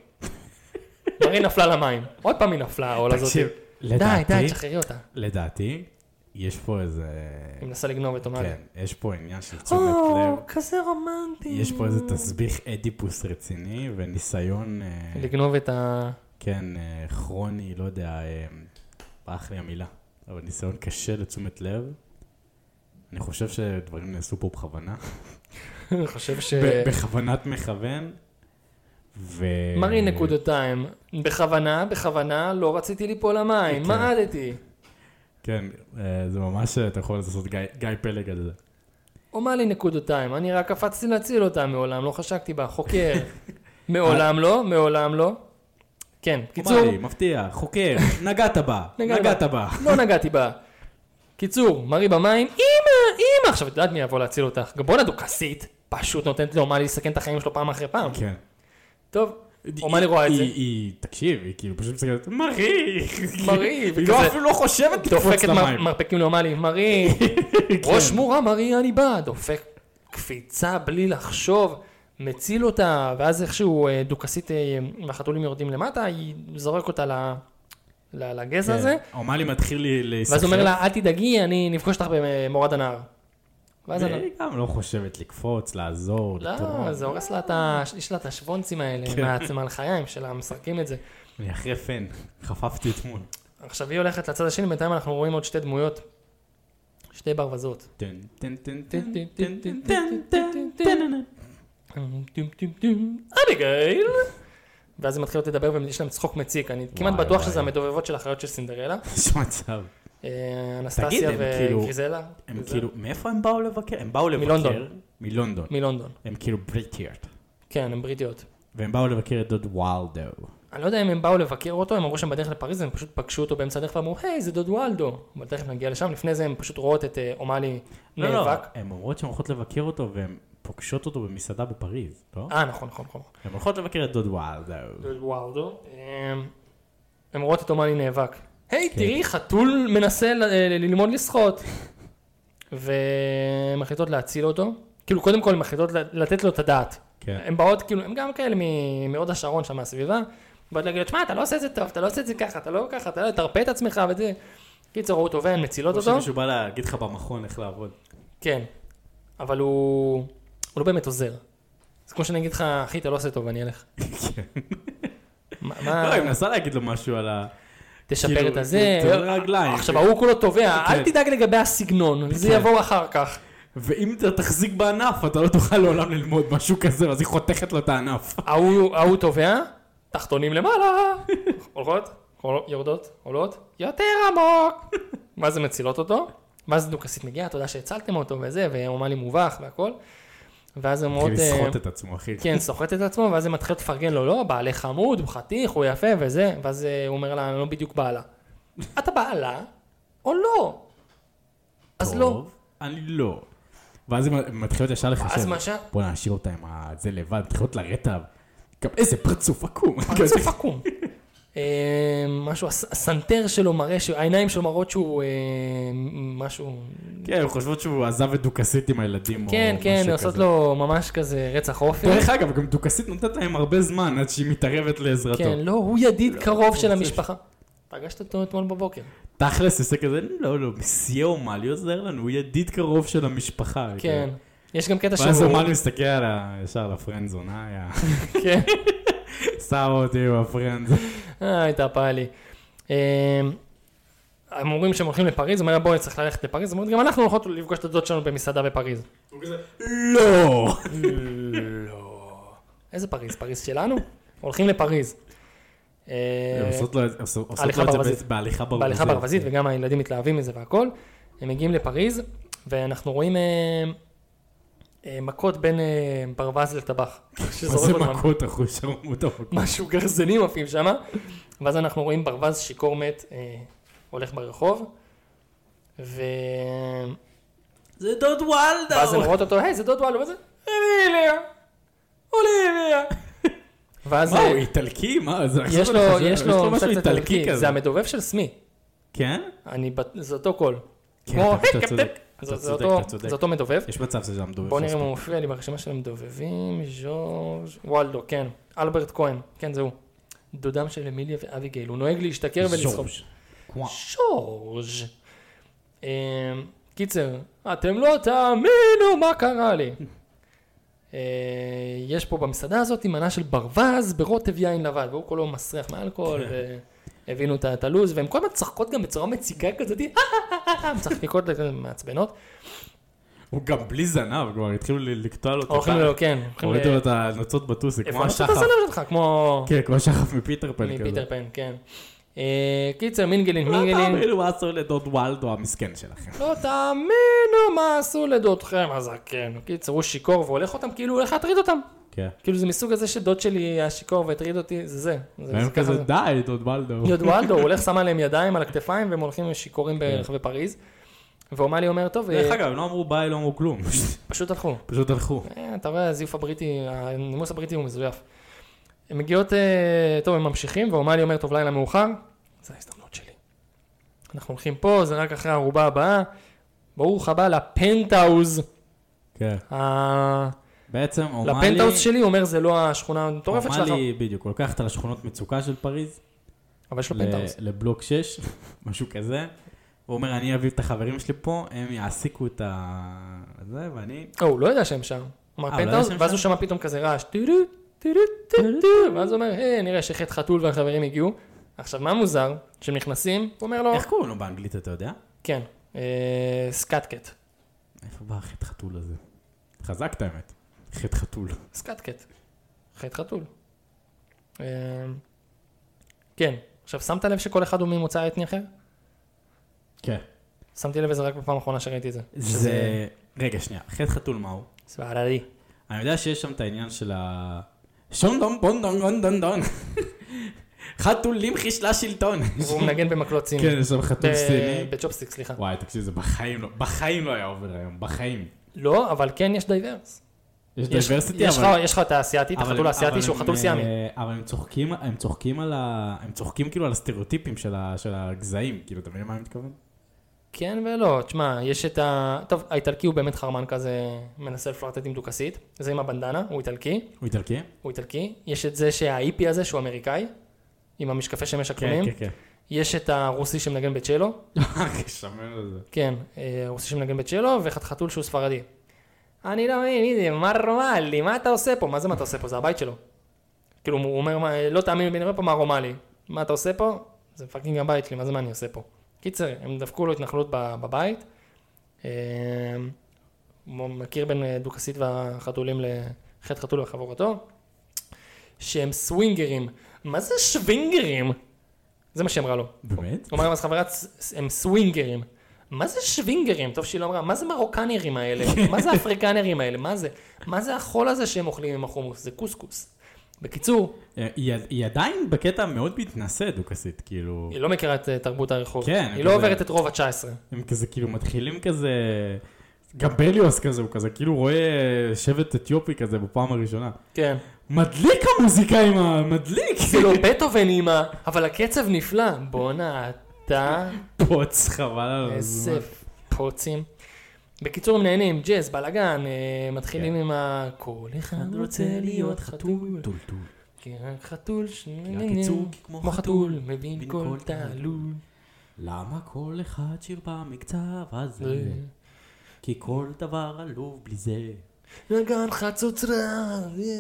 מרי נפלה למים. עוד פעם היא נפלה, העול הזאת. די, די, תשחררי אותה. לדעתי, יש פה איזה... היא מנסה לגנוב את אומלי. כן, יש פה עניין של תשומת לב. או, כזה רומנטי. יש פה איזה תסביך אדיפוס רציני וניסיון... לגנוב את ה... כן, כרוני, לא יודע, ברח לי המילה. אבל ניסיון קשה לתשומת לב. אני חושב שדברים נעשו פה בכוונה. אני חושב ש... בכוונת מכוון. ו... מרי נקודתיים. בכוונה, בכוונה, לא רציתי ליפול למים. מעדתי. כן, זה ממש, אתה יכול לעשות גיא, גיא פלג על זה. אומר לי נקודותיים, אני רק קפצתי להציל אותה מעולם, לא חשקתי בה, חוקר. מעולם לא, מעולם לא. כן, קיצור. אומר לי, מפתיע, חוקר, נגעת בה, נגעת בה. לא נגעתי בה. קיצור, מרי במים, אמא, אמא. עכשיו, את יודעת מי יבוא להציל אותך? גבונה דוקסית, פשוט נותנת לו מה להסכן את החיים שלו פעם אחרי פעם. כן. טוב. אומה לי רואה את זה. היא, תקשיב, היא כאילו פשוט מסתכלת, מרי, מרי, היא לא אפילו לא חושבת לקפוץ למים. דופקת מרפקים לאומה לי, מרי, ראש מורה, מרי, אני בא, דופק קפיצה בלי לחשוב, מציל אותה, ואז איכשהו דוקסית והחתולים יורדים למטה, היא זורק אותה לגזע הזה. אומה לי מתחיל להיסחף. ואז הוא אומר לה, אל תדאגי, אני נפגוש אותך במורד הנהר. והיא גם לא חושבת לקפוץ, לעזור. לא, זה הורס לה את ה... יש לה את השוונצים האלה, מהלחיים שלה, משחקים את זה. אני אחרי פן, חפפתי אתמול. עכשיו היא הולכת לצד השני, בינתיים אנחנו רואים עוד שתי דמויות. שתי ברווזות. טן, טן, טן, טן, טן, טן, טן, טן, טן, אביגיל! ואז הם מתחילות לדבר ויש להם צחוק מציק. אני כמעט בטוח שזה המדובבות של החיות של סינדרלה. יש מצב. אנסטסיה וגריזלה. הם כאילו, מאיפה הם באו לבקר? הם באו לבקר... מלונדון. מלונדון. מלונדון. הם כאילו בריטיות. כן, הם בריטיות. והם באו לבקר את דוד וולדו. אני לא יודע אם הם באו לבקר אותו, הם אמרו שהם בדרך לפריז, הם פשוט פגשו אותו באמצע הדרך ואמרו, היי, זה דוד וולדו. אבל תכף נגיע לשם, לפני זה הם פשוט רואות את אומלי נאבק. לא, לא, הם אומרות שהן הולכות לבקר אותו והם פוגשות אותו במסעדה בפריז, לא? אה, נכון, נכון, נכון. הם הולכות לבקר את דוד וולדו. דוד וולדו. הם רואות את אומלי נאבק. היי, תראי, חתול מנסה ללמוד לשחות. והן מחליטות להציל אותו. כאילו, קודם כל, הן מחליטות לתת לו את הדעת. הן באות, כאילו, הן גם כאלה מעוד השרון שם מהסביבה. באות להגיד, שמע, אתה לא עושה את זה טוב, אתה לא עושה את זה ככה, אתה לא ככה, אתה לא תרפה את עצמך וזה. קיצור, הוא טובה, הן מצילות אותו. או שמישהו בא להגיד לך במכון איך לעבוד. כן. אבל הוא... הוא לא באמת עוזר. זה כמו שאני אגיד לך, אחי, אתה לא עושה טוב, אני אלך. כן. לא, היא מנסה להגיד לו משהו על ה... תשפר את הזה. רגליים. עכשיו, הוא כולו תובע, אל תדאג לגבי הסגנון, זה יעבור אחר כך. ואם אתה תחזיק בענף, אתה לא תוכל לעולם ללמוד משהו כזה, אז היא חותכת לו את הענף. ההוא תובע, תחתונים למעלה, הולכות, יורדות, עולות, יותר עמוק. ואז הן מצילות אותו, ואז דוכסית מגיעה, אתה יודע שהצלתם אותו וזה, והוא אמר לי מובך והכל. ואז הם מאוד... התחיל לסחוט את עצמו, אחי. כן, סוחט את עצמו, ואז הם מתחיל לפרגן לו, לא, בעלי חמוד, הוא חתיך, הוא יפה וזה, ואז הוא אומר לה, אני לא בדיוק בעלה. אתה בעלה או לא? אז לא. טוב, אני לא. ואז הם מתחילות ישר לחשב. אז מה ש... בוא נשאיר אותה עם זה לבד, מתחילות לרטב. גם איזה פרצוף עקום. פרצוף עקום. משהו, הסנטר שלו מראה, העיניים שלו מראות שהוא משהו... כן, הם חושבות שהוא עזב את דוכסית עם הילדים. כן, כן, עושות לו ממש כזה רצח אופי. דרך אגב, גם דוכסית נותנת להם הרבה זמן עד שהיא מתערבת לעזרתו. כן, לא, הוא ידיד קרוב של המשפחה. פגשת אותו אתמול בבוקר. תכלס, עושה כזה, לא, לא, מסיע אומלי עוזר לנו, הוא ידיד קרוב של המשפחה. כן, יש גם קטע שהוא... ואז אומלי מסתכל ישר לפרנזון, אה, כן. שם אותי בפרנזון. אה, הייתה פעלה לי. הם אומרים שהם הולכים לפריז, הוא אומר, בואי, צריך ללכת לפריז, זאת אומרת, גם אנחנו הולכות לפגוש את הדוד שלנו במסעדה בפריז. הוא כזה, לא! לא. איזה פריז? פריז שלנו? הולכים לפריז. עושות לו את זה בהליכה ברווזית. בהליכה ברווזית, וגם הילדים מתלהבים מזה והכל. הם מגיעים לפריז, ואנחנו רואים מכות בין ברווז לטבח. מה זה מכות, אחו, שרמות המכות. משהו גרזנים עפים שם. ואז אנחנו רואים ברווז שיקור מת, הולך ברחוב, ו... זה דוד וולדו! ואז הם רואות אותו, היי, זה דוד וולדו, וזה, אמיליה, אוליביה. מה, הוא איטלקי? מה? יש לו, יש לו משהו איטלקי כזה. זה המדובב של סמי. כן? זה אותו קול. כן, אתה צודק. זה אותו מדובב. יש מצב שזה המדובב. בוא נראה אם הוא מופיע לי ברשימה של המדובבים, ז'ורג' וולדו, כן. אלברט כהן, כן, זהו. דודם של אמיליה ואביגיל. הוא נוהג להשתכר ולסחוב. ז'ורג'. קיצר, אתם לא תאמינו מה קרה לי. יש פה במסעדה הזאת מנה של ברווז ברוטב יין לבן, והוא כולו מסריח מאלכוהול, והבינו את הלוז, והן כל הזמן צחקות גם בצורה מציקה כזאת, מצחקות מעצבנות. הוא גם בלי זנב, כבר התחילו לקטוע לו את הולכים לו, כן. הורידו לו את הנוצות בטוסי, כמו השחף. איפה הנוצות הזנב שלך? כמו... כן, כמו השחף מפיטר פן כזה. מפיטר פן, כן. קיצר, מינגלין, מינגלין. לא תאמינו מה עשו לדוד וולדו המסכן שלכם. לא תאמינו מה עשו לדודכם הזקן. קיצר, הוא שיקור והולך אותם, כאילו הוא הולך להטריד אותם. כן. כאילו זה מסוג הזה שדוד שלי השיקור והטריד אותי, זה זה. והם כזה די, דוד וולדו. דוד וולדו, הוא הולך שם עליהם ידיים על הכתפיים, והם הולכים שיקורים ברחבי פריז. ואומלי אומר, טוב... דרך אגב, הם לא אמרו ביי, לא אמרו כלום. פשוט הלכו. פשוט הלכו. אתה רואה, הזיוף הבריטי, הנימוס הבריטי הוא מזויף. הם מגיעות, טוב, הם ממשיכים, ואומלי אומר, טוב, לילה מאוחר. זה ההזדמנות שלי. אנחנו הולכים פה, זה רק אחרי הערובה הבאה. ברוך הבא לפנטהאוז. כן. בעצם אומלי... לפנטהאוז שלי, הוא אומר, זה לא השכונה המטורפת שלך. אומלי, בדיוק, הוא לוקח את השכונות מצוקה של פריז. אבל יש לו פנטהאוז. לבלוק שש, משהו כזה. הוא אומר, אני אביא את החברים שלי פה, הם יעסיקו את זה, ואני... הוא לא יודע שהם שם. הוא אומר, פנטהאוז, ואז הוא שמע פתאום כזה רעש. ואז הוא אומר, היי, נראה שחט חתול והחברים הגיעו. עכשיו, מה מוזר? כשהם נכנסים, הוא אומר לו... איך קוראים לו באנגלית, אתה יודע? כן, סקאטקט. איפה בא החט חתול הזה? חזק את האמת. חט חתול. סקאטקט. חט חתול. כן. עכשיו, שמת לב שכל אחד הוא ממוצא אתני אחר? כן. שמתי לב לזה רק בפעם האחרונה שראיתי את זה. זה... רגע, שנייה. חט חתול מהו? ספרדי. אני יודע שיש שם את העניין של ה... שום דון בון דון דון דון דון. חתולים חישלה שלטון. והוא מנגן במקלות סיני. כן, יש שם חתול סיני. בצ'ופסטיק, סליחה. וואי, תקשיב, זה בחיים לא, בחיים לא היה עובר היום, בחיים. לא, אבל כן יש דייברס. יש דייברסיטי, אבל... יש לך את האסייתי, את החתול האסייתי שהוא חתול סיאמי. אבל הם צוחקים, הם צוחקים על ה... הם צוחקים כאילו על הסטריאוטיפים של הגזעים, כאילו, אתה מבין מה אני מתכוון? כן ולא, תשמע, יש את ה... טוב, האיטלקי הוא באמת חרמן כזה, מנסה לפלרטט עם דוכסית. זה עם הבנדנה, הוא איטלקי. הוא איטלקי? הוא איטלקי. יש את זה שהאיפי הזה, שהוא אמריקאי, עם המשקפי שמש הכלומים. כן, כן, כן. יש את הרוסי שמנגן בצ'לו. שמן לזה. כן, רוסי שמנגן בצ'לו, ואחד חתול שהוא ספרדי. אני לא מבין, מה רומלי, מה אתה עושה פה? מה זה מה אתה עושה פה? זה הבית שלו. כאילו, הוא אומר, לא תאמין, נראה פה מה רומלי. מה אתה עושה פה? זה פאקינג הבית שלי, מה זה מה אני עושה פה? קיצר, הם דפקו לו התנחלות בבית. הוא מכיר בין דוכסית והחתולים לחטא חתול וחבורתו. שהם סווינגרים. מה זה שווינגרים? זה מה שהיא אמרה לו. באמת? הוא אמר, אז חברה, הם סווינגרים. מה זה שווינגרים? טוב שהיא לא אמרה, מה זה מרוקנרים האלה? מה זה אפריקנרים האלה? מה זה? מה זה החול הזה שהם אוכלים עם החומוס? זה קוסקוס. בקיצור... היא, היא עדיין בקטע מאוד מתנסה דוכסית, כאילו... היא לא מכירה את תרבות הרחוב. כן. היא לא עוברת את רוב ה-תשע עשרה. הם כזה כאילו מתחילים כזה... גם בליוס כזה, הוא כזה כאילו רואה שבט אתיופי כזה בפעם הראשונה. כן. מדליק המוזיקאים, מדליק! זה לא בטהובן אימא, אבל הקצב נפלא. בואנה, אתה... פוץ, חבל על הזמן. איזה פוצים. בקיצור, הם נהנים, ג'אז, בלגן, מתחילים עם ה... כל אחד רוצה להיות חתול. טול טול. כי רק חתול הקיצור כמו חתול, מבין כל תעלול. למה כל אחד שיר במקצב הזה? כי כל דבר עלוב בלי זה. נגן חצוצרה,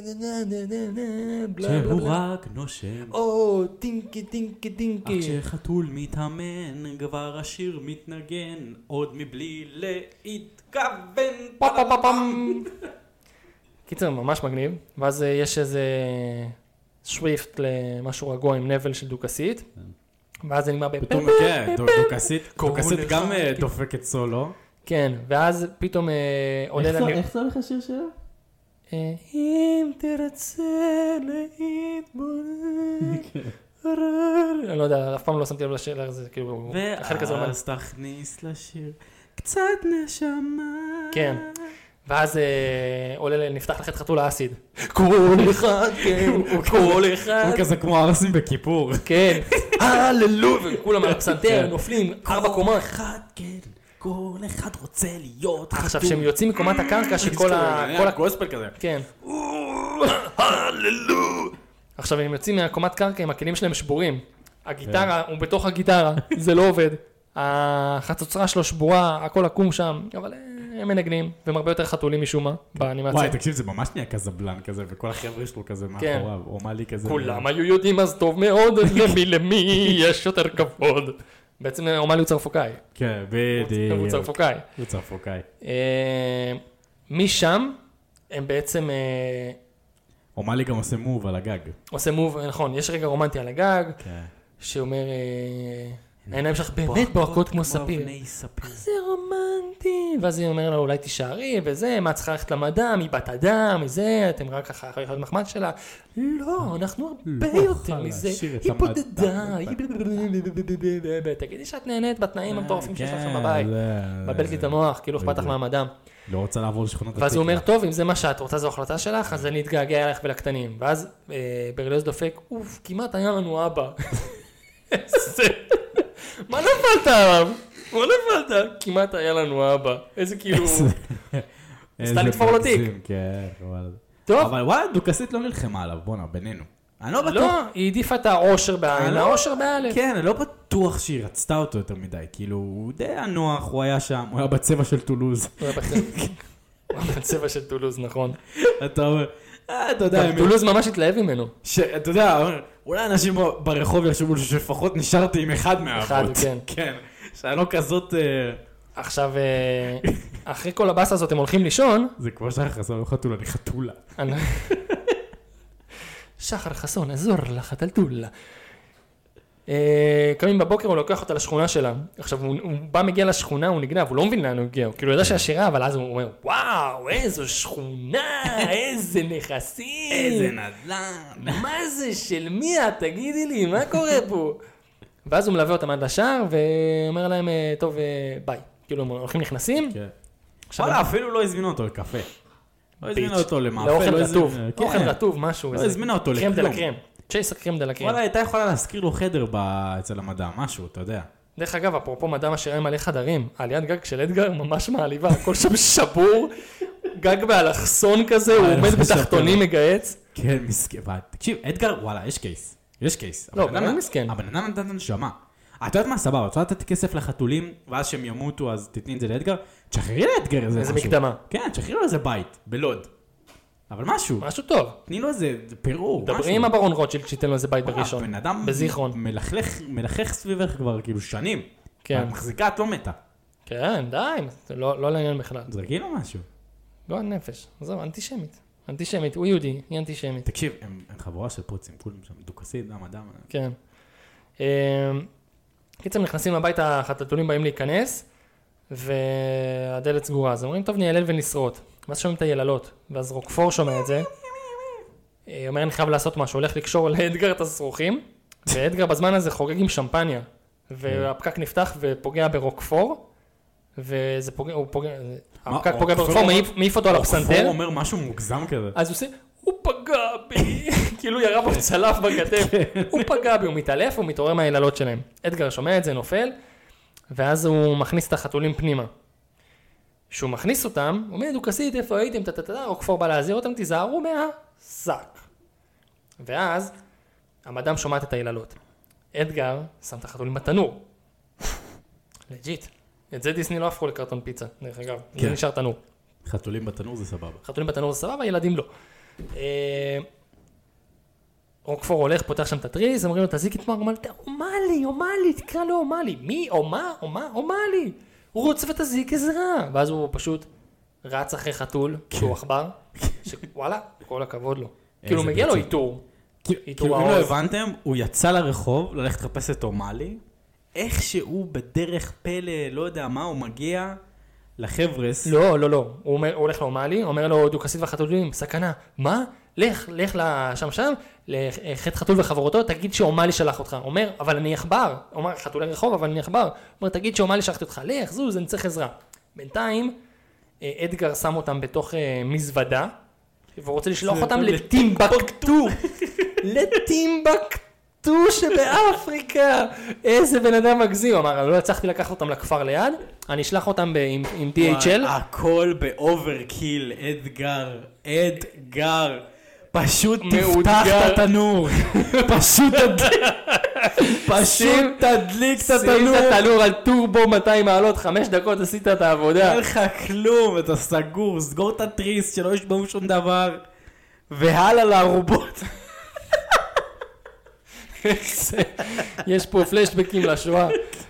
שהוא רק נושם. או, טינקי, טינקי, טינקי. אך כשחתול מתאמן, כבר השיר מתנגן, עוד מבלי להתכוון. פאפאפאפאם. קיצר, ממש מגניב. ואז יש איזה שוויפט למשהו רגוע עם נבל של דוכסית. ואז זה נגמר ב... פתאום, כן, דוכסית, דוכסית גם דופקת סולו. כן, ואז פתאום עולה לנו... איך זה הולך השיר שלה? אם תרצה להתבונן... אני לא יודע, אף פעם לא שמתי לב לשיר, זה כאילו... ואז תכניס לשיר קצת נשמה. כן, ואז עולה, נפתח לך את חתול האסיד. כל אחד, כן, כל אחד. הוא כזה כמו הרסים בכיפור. כן, הללויה, וכולם על הפסנתר, נופלים, ארבע קומות. כל אחד, כן. כל אחד רוצה להיות חתול. עכשיו, שהם יוצאים מקומת הקרקע שכל ה... כל הגוספל כזה. כן. הללו. עכשיו, הם יוצאים מהקומת קרקע עם הכלים שלהם שבורים. הגיטרה, הוא בתוך הגיטרה, זה לא עובד. החצוצרה שלו שבורה, הכל עקום שם, אבל הם מנגנים, והם הרבה יותר חתולים משום מה, באנימציה. וואי, תקשיב, זה ממש נהיה קזבלן כזה, וכל החבר'ה שלו כזה מאחוריו, או מה לי כזה. כולם היו יודעים אז טוב מאוד, למי למי יש יותר כבוד. בעצם אומלי הוא צרפוקאי. כן, בדיוק. הוא צרפוקאי. הוא צרפוקאי. משם, הם בעצם... אומלי גם עושה מוב על הגג. עושה מוב, נכון, יש רגע רומנטי על הגג, שאומר, העיניים שלך באמת בוהקות כמו ספיר. זה רומנטי. ואז היא אומרת לה, אולי תישארי, וזה, מה צריכה ללכת למדע, מבת אדם, מזה, אתם רק ככה, יכולים להיות מחמד שלה. לא, אנחנו הרבה יותר מזה. היא בודדה, היא... תגידי שאת נהנית בתנאים המטורפים שיש לכם בבית. מבלת לי את המוח, כאילו אכפת לך מהמדם. לא רוצה לעבור לשכונות ואז הוא אומר, טוב, אם זה מה שאת רוצה, זו החלטה שלך, אז אני אתגעגע אליך ולקטנים. ואז ברליוס דופק, אוף, כמעט היה לנו אבא. איזה... מה נפלת עליו? מה נפלת? כמעט היה לנו אבא. איזה כאילו... סתם לתפור לו תיק. כן, אבל... טוב. אבל וואלה, דוכסית לא נלחמה עליו, בואנה, בינינו. אני לא בטוח... לא, היא העדיפה את העושר בעין, העושר באלף. כן, אני לא בטוח שהיא רצתה אותו יותר מדי. כאילו, הוא די הנוח, הוא היה שם, הוא היה בצבע של טולוז. הוא היה בצבע של טולוז, נכון. אתה אומר... אתה יודע... טולוז ממש התלהב ממנו. אתה יודע, אולי אנשים ברחוב יחשבו שלפחות נשארתי עם אחד מהאבות. אחד, כן. כן, שאני לא כזאת... עכשיו, אחרי כל הבאסה הזאת הם הולכים לישון. זה כמו שחר חסון, לא חתולה, אני חתולה. שחר חסון, עזור לך, טלטולה. קמים בבוקר, הוא לוקח אותה לשכונה שלה. עכשיו, הוא בא מגיע לשכונה, הוא נגנב, הוא לא מבין לאן הוא הגיע. הוא כאילו יודע שהשירה, אבל אז הוא אומר, וואו, איזו שכונה, איזה נכסים. איזה נדל"ן. מה זה, של מי את? תגידי לי, מה קורה פה? ואז הוא מלווה אותם עד לשער, ואומר להם, טוב, ביי. כאילו, הם הולכים נכנסים. וואלה, אפילו לא הזמינו אותו לקפה. לא הזמינו אותו למאפה. לאוכל רטוב. אוכל רטוב, משהו. לא הזמינו אותו לכלום. קרם דה לקרם. צ'ייסר קרם דה לקרם. וואלה, הייתה יכולה להזכיר לו חדר אצל המדע, משהו, אתה יודע. דרך אגב, אפרופו מדע משאירה מלא חדרים, עליית גג של אדגר ממש מעליבה, הכל שם שבור, גג באלכסון כזה, הוא עומד בתחתונים מגייץ. כן, מסכן. תקשיב, אדגר, וואלה, יש קייס. יש קייס. לא, בן מסכן. הבן אדם נתן נשמה. אתה יודעת מה, סבבה, אתה לתת כסף לחתולים, ואז שהם ימותו, אז תתני את זה לאדגר, תשחררי לאדגר איזה משהו. איזה מקדמה. כן, תשחררי לו איזה בית, בלוד. אבל משהו. משהו טוב. תני לו איזה פירור, משהו. דברי עם הברון רוטשילד שתיתן לו איזה בית בראשון. בן אדם בזיכרון. מלכלך סביבך כבר כאילו שנים. כן. מחזיקה את לא מתה. כן, די, זה לא לעניין בכלל. זרקי לו משהו. גועל נפש. זהו, אנטישמית. אנטישמית, הוא יהודי, היא אנטישמית. תקשיב, הם חבורה של פוצים, כולם שם דוכסית, דם, אדם. כן. קיצר, נכנסים הביתה, החתולים באים להיכנס, והדלת סגורה. אז אומרים, טוב, נהלל ונשרות. ואז שומעים את היללות, ואז רוקפור שומע את זה. אומר, אני חייב לעשות משהו, הולך לקשור לאדגר את הסרוכים, ואדגר בזמן הזה חוגג עם שמפניה, והפקק נפתח ופוגע ברוקפור, וזה פוגע, הוא פוגע, הפקק פוגע ברוקפור, מעיף אותו על הפסנתר. רוקפור אומר משהו מוגזם כזה. אז הוא עושה, הוא פגע בי, כאילו ירה בו צלף בכתף, הוא פגע בי, הוא מתעלף, הוא מתעורר מהיללות שלהם. אדגר שומע את זה, נופל, ואז הוא מכניס את החתולים פנימה. כשהוא מכניס אותם, הוא אומר, דוכסית, איפה הייתם, תתתתת, רוקפור בא להזהיר אותם, תיזהרו מהשק. ואז, המדאם שומעת את היללות. אדגר שם את החתולים בתנור. לג'יט. את זה דיסני לא הפכו לקרטון פיצה, דרך אגב. זה נשאר תנור. חתולים בתנור זה סבבה. חתולים בתנור זה סבבה, ילדים לא. רוקפור הולך, פותח שם את הטריס, אומרים לו, תזיק את מה, הוא אומר, אומלי, אומלי, תקרא לו אומלי. מי? אומה? אומה? אומלי. הוא רוצה ותזיק עזרה. ואז הוא פשוט רץ אחרי חתול, שהוא עכבר, שוואלה, כל הכבוד לו. כאילו מגיע לו איתור. כאילו אם לא הבנתם, הוא יצא לרחוב ללכת לחפש את אומלי, איך שהוא בדרך פלא, לא יודע מה, הוא מגיע לחברס. לא, לא, לא. הוא הולך לאומלי, אומר לו דוכסית וחתולים, סכנה. מה? לך, לך לשם שם, לחטא חתול וחברותו, תגיד שאומלי שלח אותך. אומר, אבל אני עכבר. אומר, חתולי רחוב, אבל אני עכבר. אומר, תגיד שאומלי שלחתי אותך. לך, זוז, אני צריך עזרה. בינתיים, אדגר שם אותם בתוך מזוודה, והוא רוצה לשלוח אותם לטימבקטו. לטימבקטו שבאפריקה. איזה בן אדם מגזים. הוא אמר, אני לא הצלחתי לקחת אותם לכפר ליד, אני אשלח אותם עם די אייץ' אל. הכל באוברקיל, אדגר, אדגר. פשוט תפתח את התנור. פשוט פשוט תדליק את התנור. שים את התנור על טורבו מאתיים מעלות, חמש דקות עשית את העבודה. אין לך כלום, אתה סגור, סגור את הטריס שלא יש בו שום דבר, והלאה לערובות. יש פה פלשבקים לשואה.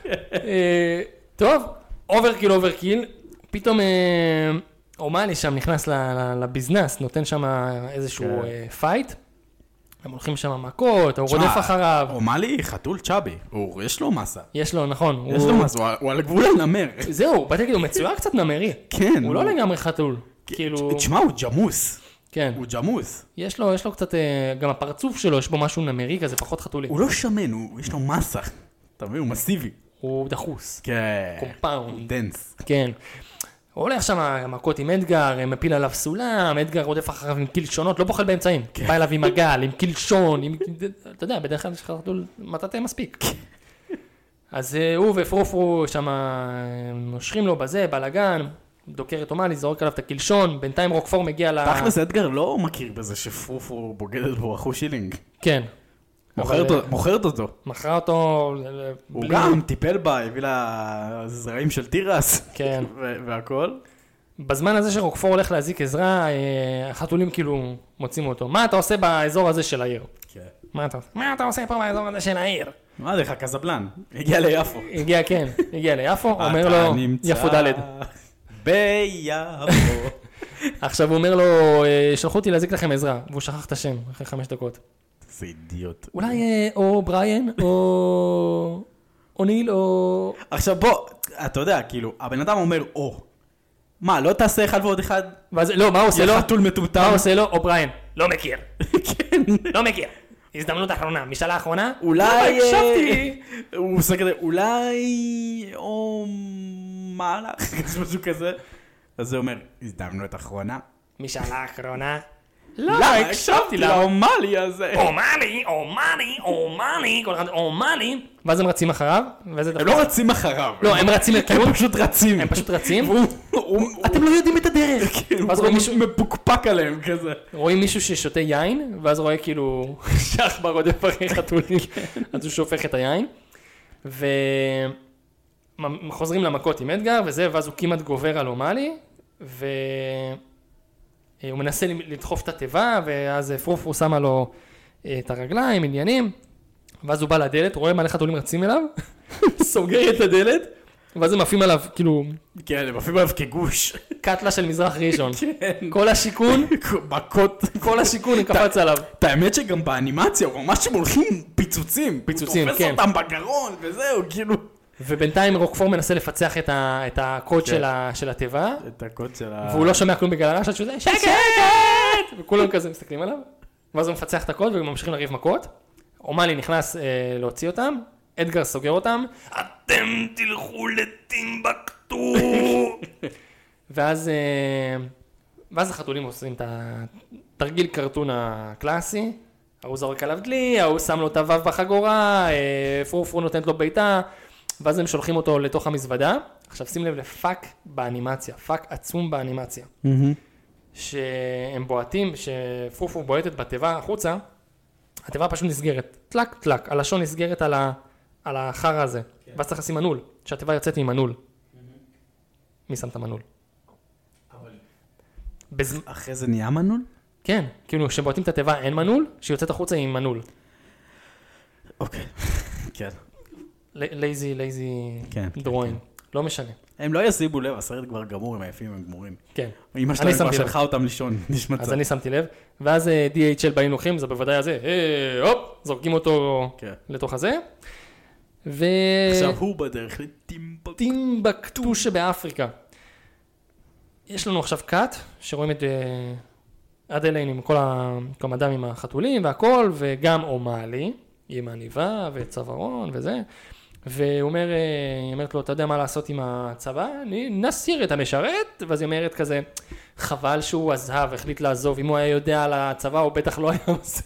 טוב, אוברקיל, אוברקיל, פתאום אומלי שם נכנס לביזנס, נותן שם איזשהו פייט, הם הולכים שם מכות, הוא רודף אחריו. אומלי חתול צ'אבי, יש לו מסה. יש לו, נכון. יש לו מסה, הוא על הגבול הנמר. זהו, באתי להגיד, הוא מצויר קצת נמרי. כן. הוא לא לגמרי חתול. תשמע, הוא ג'מוס. כן. הוא ג'מוס. יש לו, יש לו קצת, גם הפרצוף שלו, יש בו משהו נמרי כזה, פחות חתולי. הוא לא שמן, יש לו מסה. אתה מבין, הוא מסיבי. הוא דחוס. כן. קומפאונד. דנס. כן. הוא הולך שם, מכות עם אדגר, מפיל עליו סולם, אדגר רודף אחריו עם קילשונות, לא בוחל באמצעים. בא אליו עם הגל, עם קילשון, עם... אתה יודע, בדרך כלל יש לך חתול, מטאטא מספיק. אז הוא ופרופרו שם נושרים לו בזה, בלגן, דוקר את אומלי, זורק עליו את הקילשון, בינתיים רוקפור מגיע ל... תכלס אדגר לא מכיר בזה שפרופרו בוגדת בו אחו שילינג. כן. מוכרת אותו. מכרה אותו... הוא גם טיפל בה, הביא לה זרעים של טירס. כן. והכל. בזמן הזה שרוקפור הולך להזיק עזרה, החתולים כאילו מוצאים אותו. מה אתה עושה באזור הזה של העיר? כן. מה אתה עושה? מה אתה עושה פה באזור הזה של העיר? מה דרך, קזבלן? הגיע ליפו. הגיע, כן. הגיע ליפו, אומר לו, יפו דלת. ביפו. עכשיו הוא אומר לו, שלחו אותי להזיק לכם עזרה, והוא שכח את השם אחרי חמש דקות. זה אידיוט. אולי או בריין, או אוניל, או... עכשיו בוא, אתה יודע, כאילו, הבן אדם אומר או. מה, לא תעשה אחד ועוד אחד? לא, מה הוא עושה לו? חתול מטומטם. מה הוא עושה לו? או בריין. לא מכיר. כן. לא מכיר. הזדמנות האחרונה. משאלה האחרונה? אולי... לא, הקשבתי. הוא עושה כזה, אולי... או... מה לך? יש משהו כזה. אז זה אומר, הזדמנות האחרונה. משאלה האחרונה. לא, הקשבתי לאומלי הזה. אומלי, אומלי, אומלי, כל אחד אומלי. ואז הם רצים אחריו. הם לא רצים אחריו. לא, הם רצים לכיוון. הם פשוט רצים. הם פשוט רצים. אתם לא יודעים את הדרך. ואז רואים מישהו מפוקפק עליהם כזה. רואים מישהו ששותה יין, ואז רואה כאילו שחבר רודף אחרי חתולים. אז הוא שופך את היין. וחוזרים למכות עם אדגר, וזה, ואז הוא כמעט גובר על אומלי. ו... הוא מנסה לדחוף את הטבע, ואז פרופרו שמה לו את הרגליים, עניינים, ואז הוא בא לדלת, רואה מלא חתולים רצים אליו, סוגר את הדלת, ואז הם עפים עליו, כאילו... כן, הם עפים עליו כגוש. קטלה של מזרח ראשון. כל השיכון, מכות. כל השיכון קפץ עליו. את האמת שגם באנימציה, הוא ממש הם הולכים פיצוצים. פיצוצים, הוא כן. תופס אותם בגרון, וזהו, כאילו. ובינתיים רוקפור מנסה לפצח את, ה, את הקוד של, ה, של הטבע, את הקוד של ה... והוא לא שומע כלום בגלל הרעש, שהוא זה, שקט! וכולם כזה מסתכלים עליו, ואז הוא מפצח את הקוד, וממשיכים לריב מכות. אומלי נכנס אה, להוציא אותם, אדגר סוגר אותם, אתם תלכו לטימבקטו! ואז, אה, ואז החתולים עושים את התרגיל קרטון הקלאסי, ההוא זורק עליו דלי, ההוא שם לו את הוו בחגורה, אה, פרופרו נותנת לו ביתה, ואז הם שולחים אותו לתוך המזוודה. עכשיו שים לב לפאק באנימציה, פאק עצום באנימציה. שהם בועטים, שפרופרו בועטת בתיבה החוצה, התיבה פשוט נסגרת, טלק טלק, הלשון נסגרת על, ה, על החרא הזה, ואז צריך לשים מנעול, שהתיבה יוצאת עם מנעול. מי שם את המנעול? בז... אחרי זה נהיה מנעול? כן, כאילו כשבועטים את התיבה אין מנעול, שיוצאת החוצה עם מנעול. אוקיי, כן. לייזי, לייזי כן, דרוין, לא משנה. הם לא ישימו לב, הסרט כבר גמור, הם עייפים, הם גמורים. כן. אמא שלהם כבר שלחה אותם לישון, נשמע אז אני שמתי לב, ואז די אייץ' אל באים לוקחים, זה בוודאי הזה, הופ, זורקים אותו לתוך הזה. עכשיו הוא בדרך לטימבקטו. טימבקטו שבאפריקה. יש לנו עכשיו קאט, שרואים את אדליין עם כל המדע עם החתולים והכל, וגם אומלי, עם עניבה וצווארון וזה. והוא אומר, היא אומרת לו, אתה יודע מה לעשות עם הצבא? אני נסיר את המשרת, ואז היא אומרת כזה, חבל שהוא עזב, החליט לעזוב, אם הוא היה יודע על הצבא, הוא בטח לא היה עושה.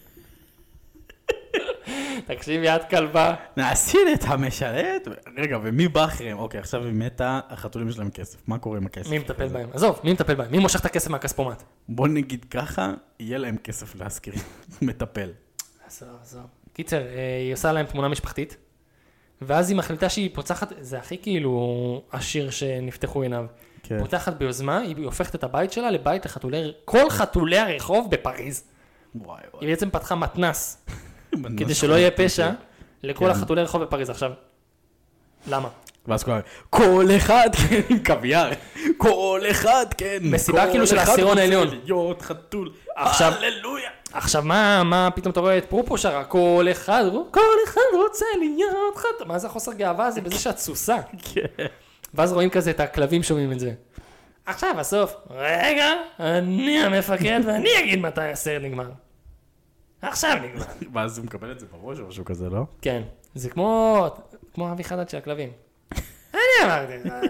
תקשיב, יד כלבה. נסיר את המשרת? רגע, ומי בא אחריהם? אוקיי, עכשיו היא מתה, החתולים שלהם כסף. מה קורה עם הכסף? מי מטפל בהם? עזוב, מי מטפל בהם? מי מושך את הכסף מהכספומט? בוא נגיד ככה, יהיה להם כסף להזכיר. מטפל. עזוב, עזוב. קיצר, היא עושה להם תמונה משפחתית. ואז היא מחליטה שהיא פוצחת, זה הכי כאילו השיר שנפתחו עיניו. כן. פותחת ביוזמה, היא הופכת את הבית שלה לבית לחתולי, כל חתולי הרחוב בפריז. וואי וואי. היא בעצם פתחה מתנס, כדי שלא יהיה פשע, לכל כן. החתולי הרחוב בפריז. עכשיו, למה? ואז כל, כל אחד כן עם קוויאר, כל אחד כן. מסיבה כאילו של העשירון העליון. להיות חתול, עכשיו, הללויה. עכשיו, מה, מה פתאום אתה רואה את פרופו שרה? כל אחד, כל אחד רוצה להיות חתול. מה זה החוסר גאווה הזה? בזה שאת סוסה. כן. ואז רואים כזה את הכלבים שומעים את זה. עכשיו, בסוף, רגע, אני המפקד ואני אגיד מתי הסרט נגמר. עכשיו נגמר. ואז הוא מקבל את זה בראש או משהו כזה, לא? כן. זה כמו, כמו אבי חדד של הכלבים. אני אמרתי,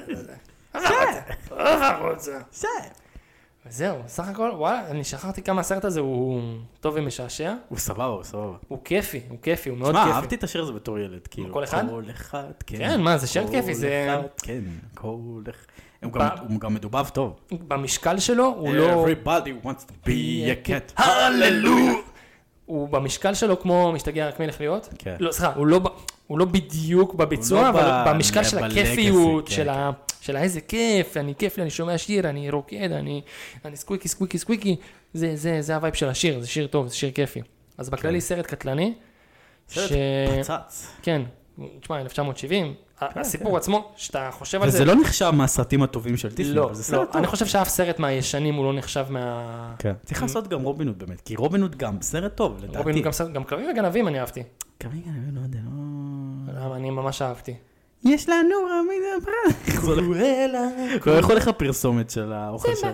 עובר רוצה. וזהו, סך הכל, וואלה, אני שכחתי כמה הסרט הזה הוא טוב ומשעשע. הוא סבבה, הוא סבבה. הוא כיפי, הוא כיפי, הוא מאוד כיפי. מה, אהבתי את השיר הזה בתור ילד, כאילו. כל אחד? כל אחד, כן. כן, מה, זה שיר כיפי, זה... כל אחד, כן, כל אחד. הוא גם מדובב טוב. במשקל שלו, הוא לא... Everybody wants to be a cat, הללו! הוא במשקל שלו כמו משתגע רק מלך להיות. לא, סליחה, הוא לא בדיוק בביצוע, אבל במשקל של הכיפיות, של איזה כיף, אני כיף לי, אני שומע שיר, אני רוקד, אני סקוויקי, סקוויקי, סקוויקי. זה הווייב של השיר, זה שיר טוב, זה שיר כיפי. אז בכללי סרט קטלני. סרט פצץ. כן, תשמע, אלף תשע מאות שבעים, הסיפור עצמו, שאתה חושב על זה... וזה לא נחשב מהסרטים הטובים של דיסני, אבל זה סרט טוב. אני חושב שאף סרט מהישנים הוא לא נחשב מה... כן. צריך לעשות גם רובין הוד באמת, כי רובין הוד גם סרט טוב, לדעתי. רובין הוד גם כלבים וגנבים אני אהבתי. כלבים וגנבים, לא יודע, לא... אני ממש אהבתי. יש לנו רמי דברה. קרואלה. לא יכול לך פרסומת של האוכל של...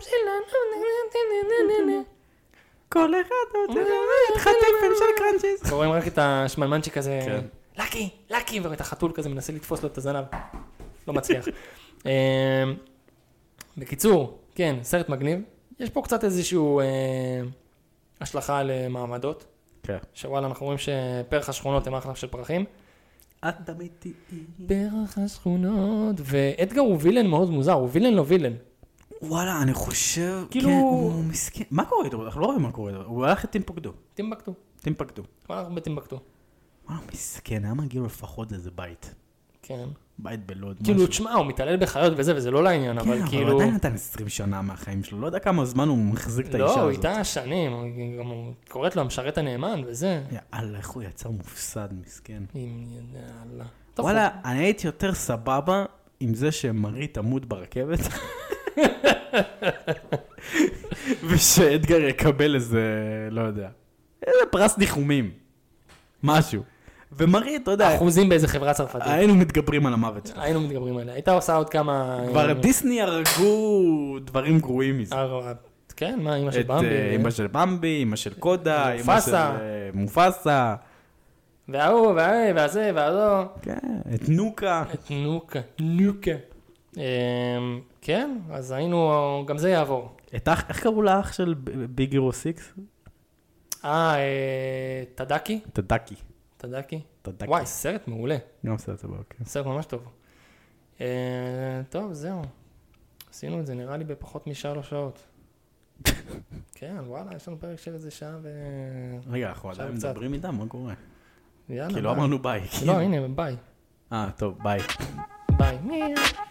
כל אחד רוצה לראות חטפים של קרנצ'יס. רואים רק את השמלמנצ'י כזה, לקי, לקי, ואת החתול כזה מנסה לתפוס לו את הזנב. לא מצליח. בקיצור, כן, סרט מגניב. יש פה קצת איזשהו השלכה למעמדות. שוואלה, אנחנו רואים שפרח השכונות הם אחלה של פרחים. את אמיתי. פרח השכונות. ואדגר הוא וילן מאוד מוזר, הוא וילן לא וילן. וואלה, אני חושב, כאילו... כן, הוא מסכן. מה קורה איתו? אנחנו לא רואים מה קורה איתו. הוא הלך לטימבקטו. טימבקטו. טימבקטו. הוא הלך בטימבקטו. וואלה, מסכן, היה מגיע לפחות לאיזה בית. כן. בית בלוד, משהו. כאילו, תשמע, הוא מתעלל בחיות וזה, וזה לא לעניין, אבל כאילו... כן, אבל עדיין נתן עשרים שנה מהחיים שלו. לא יודע כמה זמן הוא מחזיק את האישה הזאת. לא, הוא איתה שנים. הוא קוראת לו המשרת הנאמן וזה. יאללה, איך הוא יצר מופסד, מסכן. יאללה. וואלה, אני הייתי יותר סבבה עם זה שמרי תמות ברכבת. ושאדגר יקבל איזה, לא יודע, איזה פרס ניחומים. משהו. ומרי, אתה יודע... אחוזים באיזה חברה צרפתית. היינו מתגברים על המוות שלה. היינו מתגברים עליה. הייתה עושה עוד כמה... כבר דיסני הרגו דברים גרועים מזה. כן, מה, אמא של במבי? אמא של במבי, אמא של קודה, אמא של מופסה. והוא, והוא, והזה, והזו. כן, את נוקה. את נוקה, נוקה. כן, אז היינו, גם זה יעבור. איך קראו לאח של ביג הירו סיקס? אה, טדקי? טדקי. טדקי? טדקי. וואי, סרט מעולה. גם סרט סבבה, כן. סרט ממש טוב. טוב, זהו. עשינו את זה, נראה לי בפחות משלוש שעות. כן, וואלה, יש לנו פרק של איזה שעה ו... רגע, אנחנו עדיין מדברים איתם, מה קורה? יאללה, כי לא אמרנו ביי. לא, הנה, ביי. אה, טוב, ביי. ביי.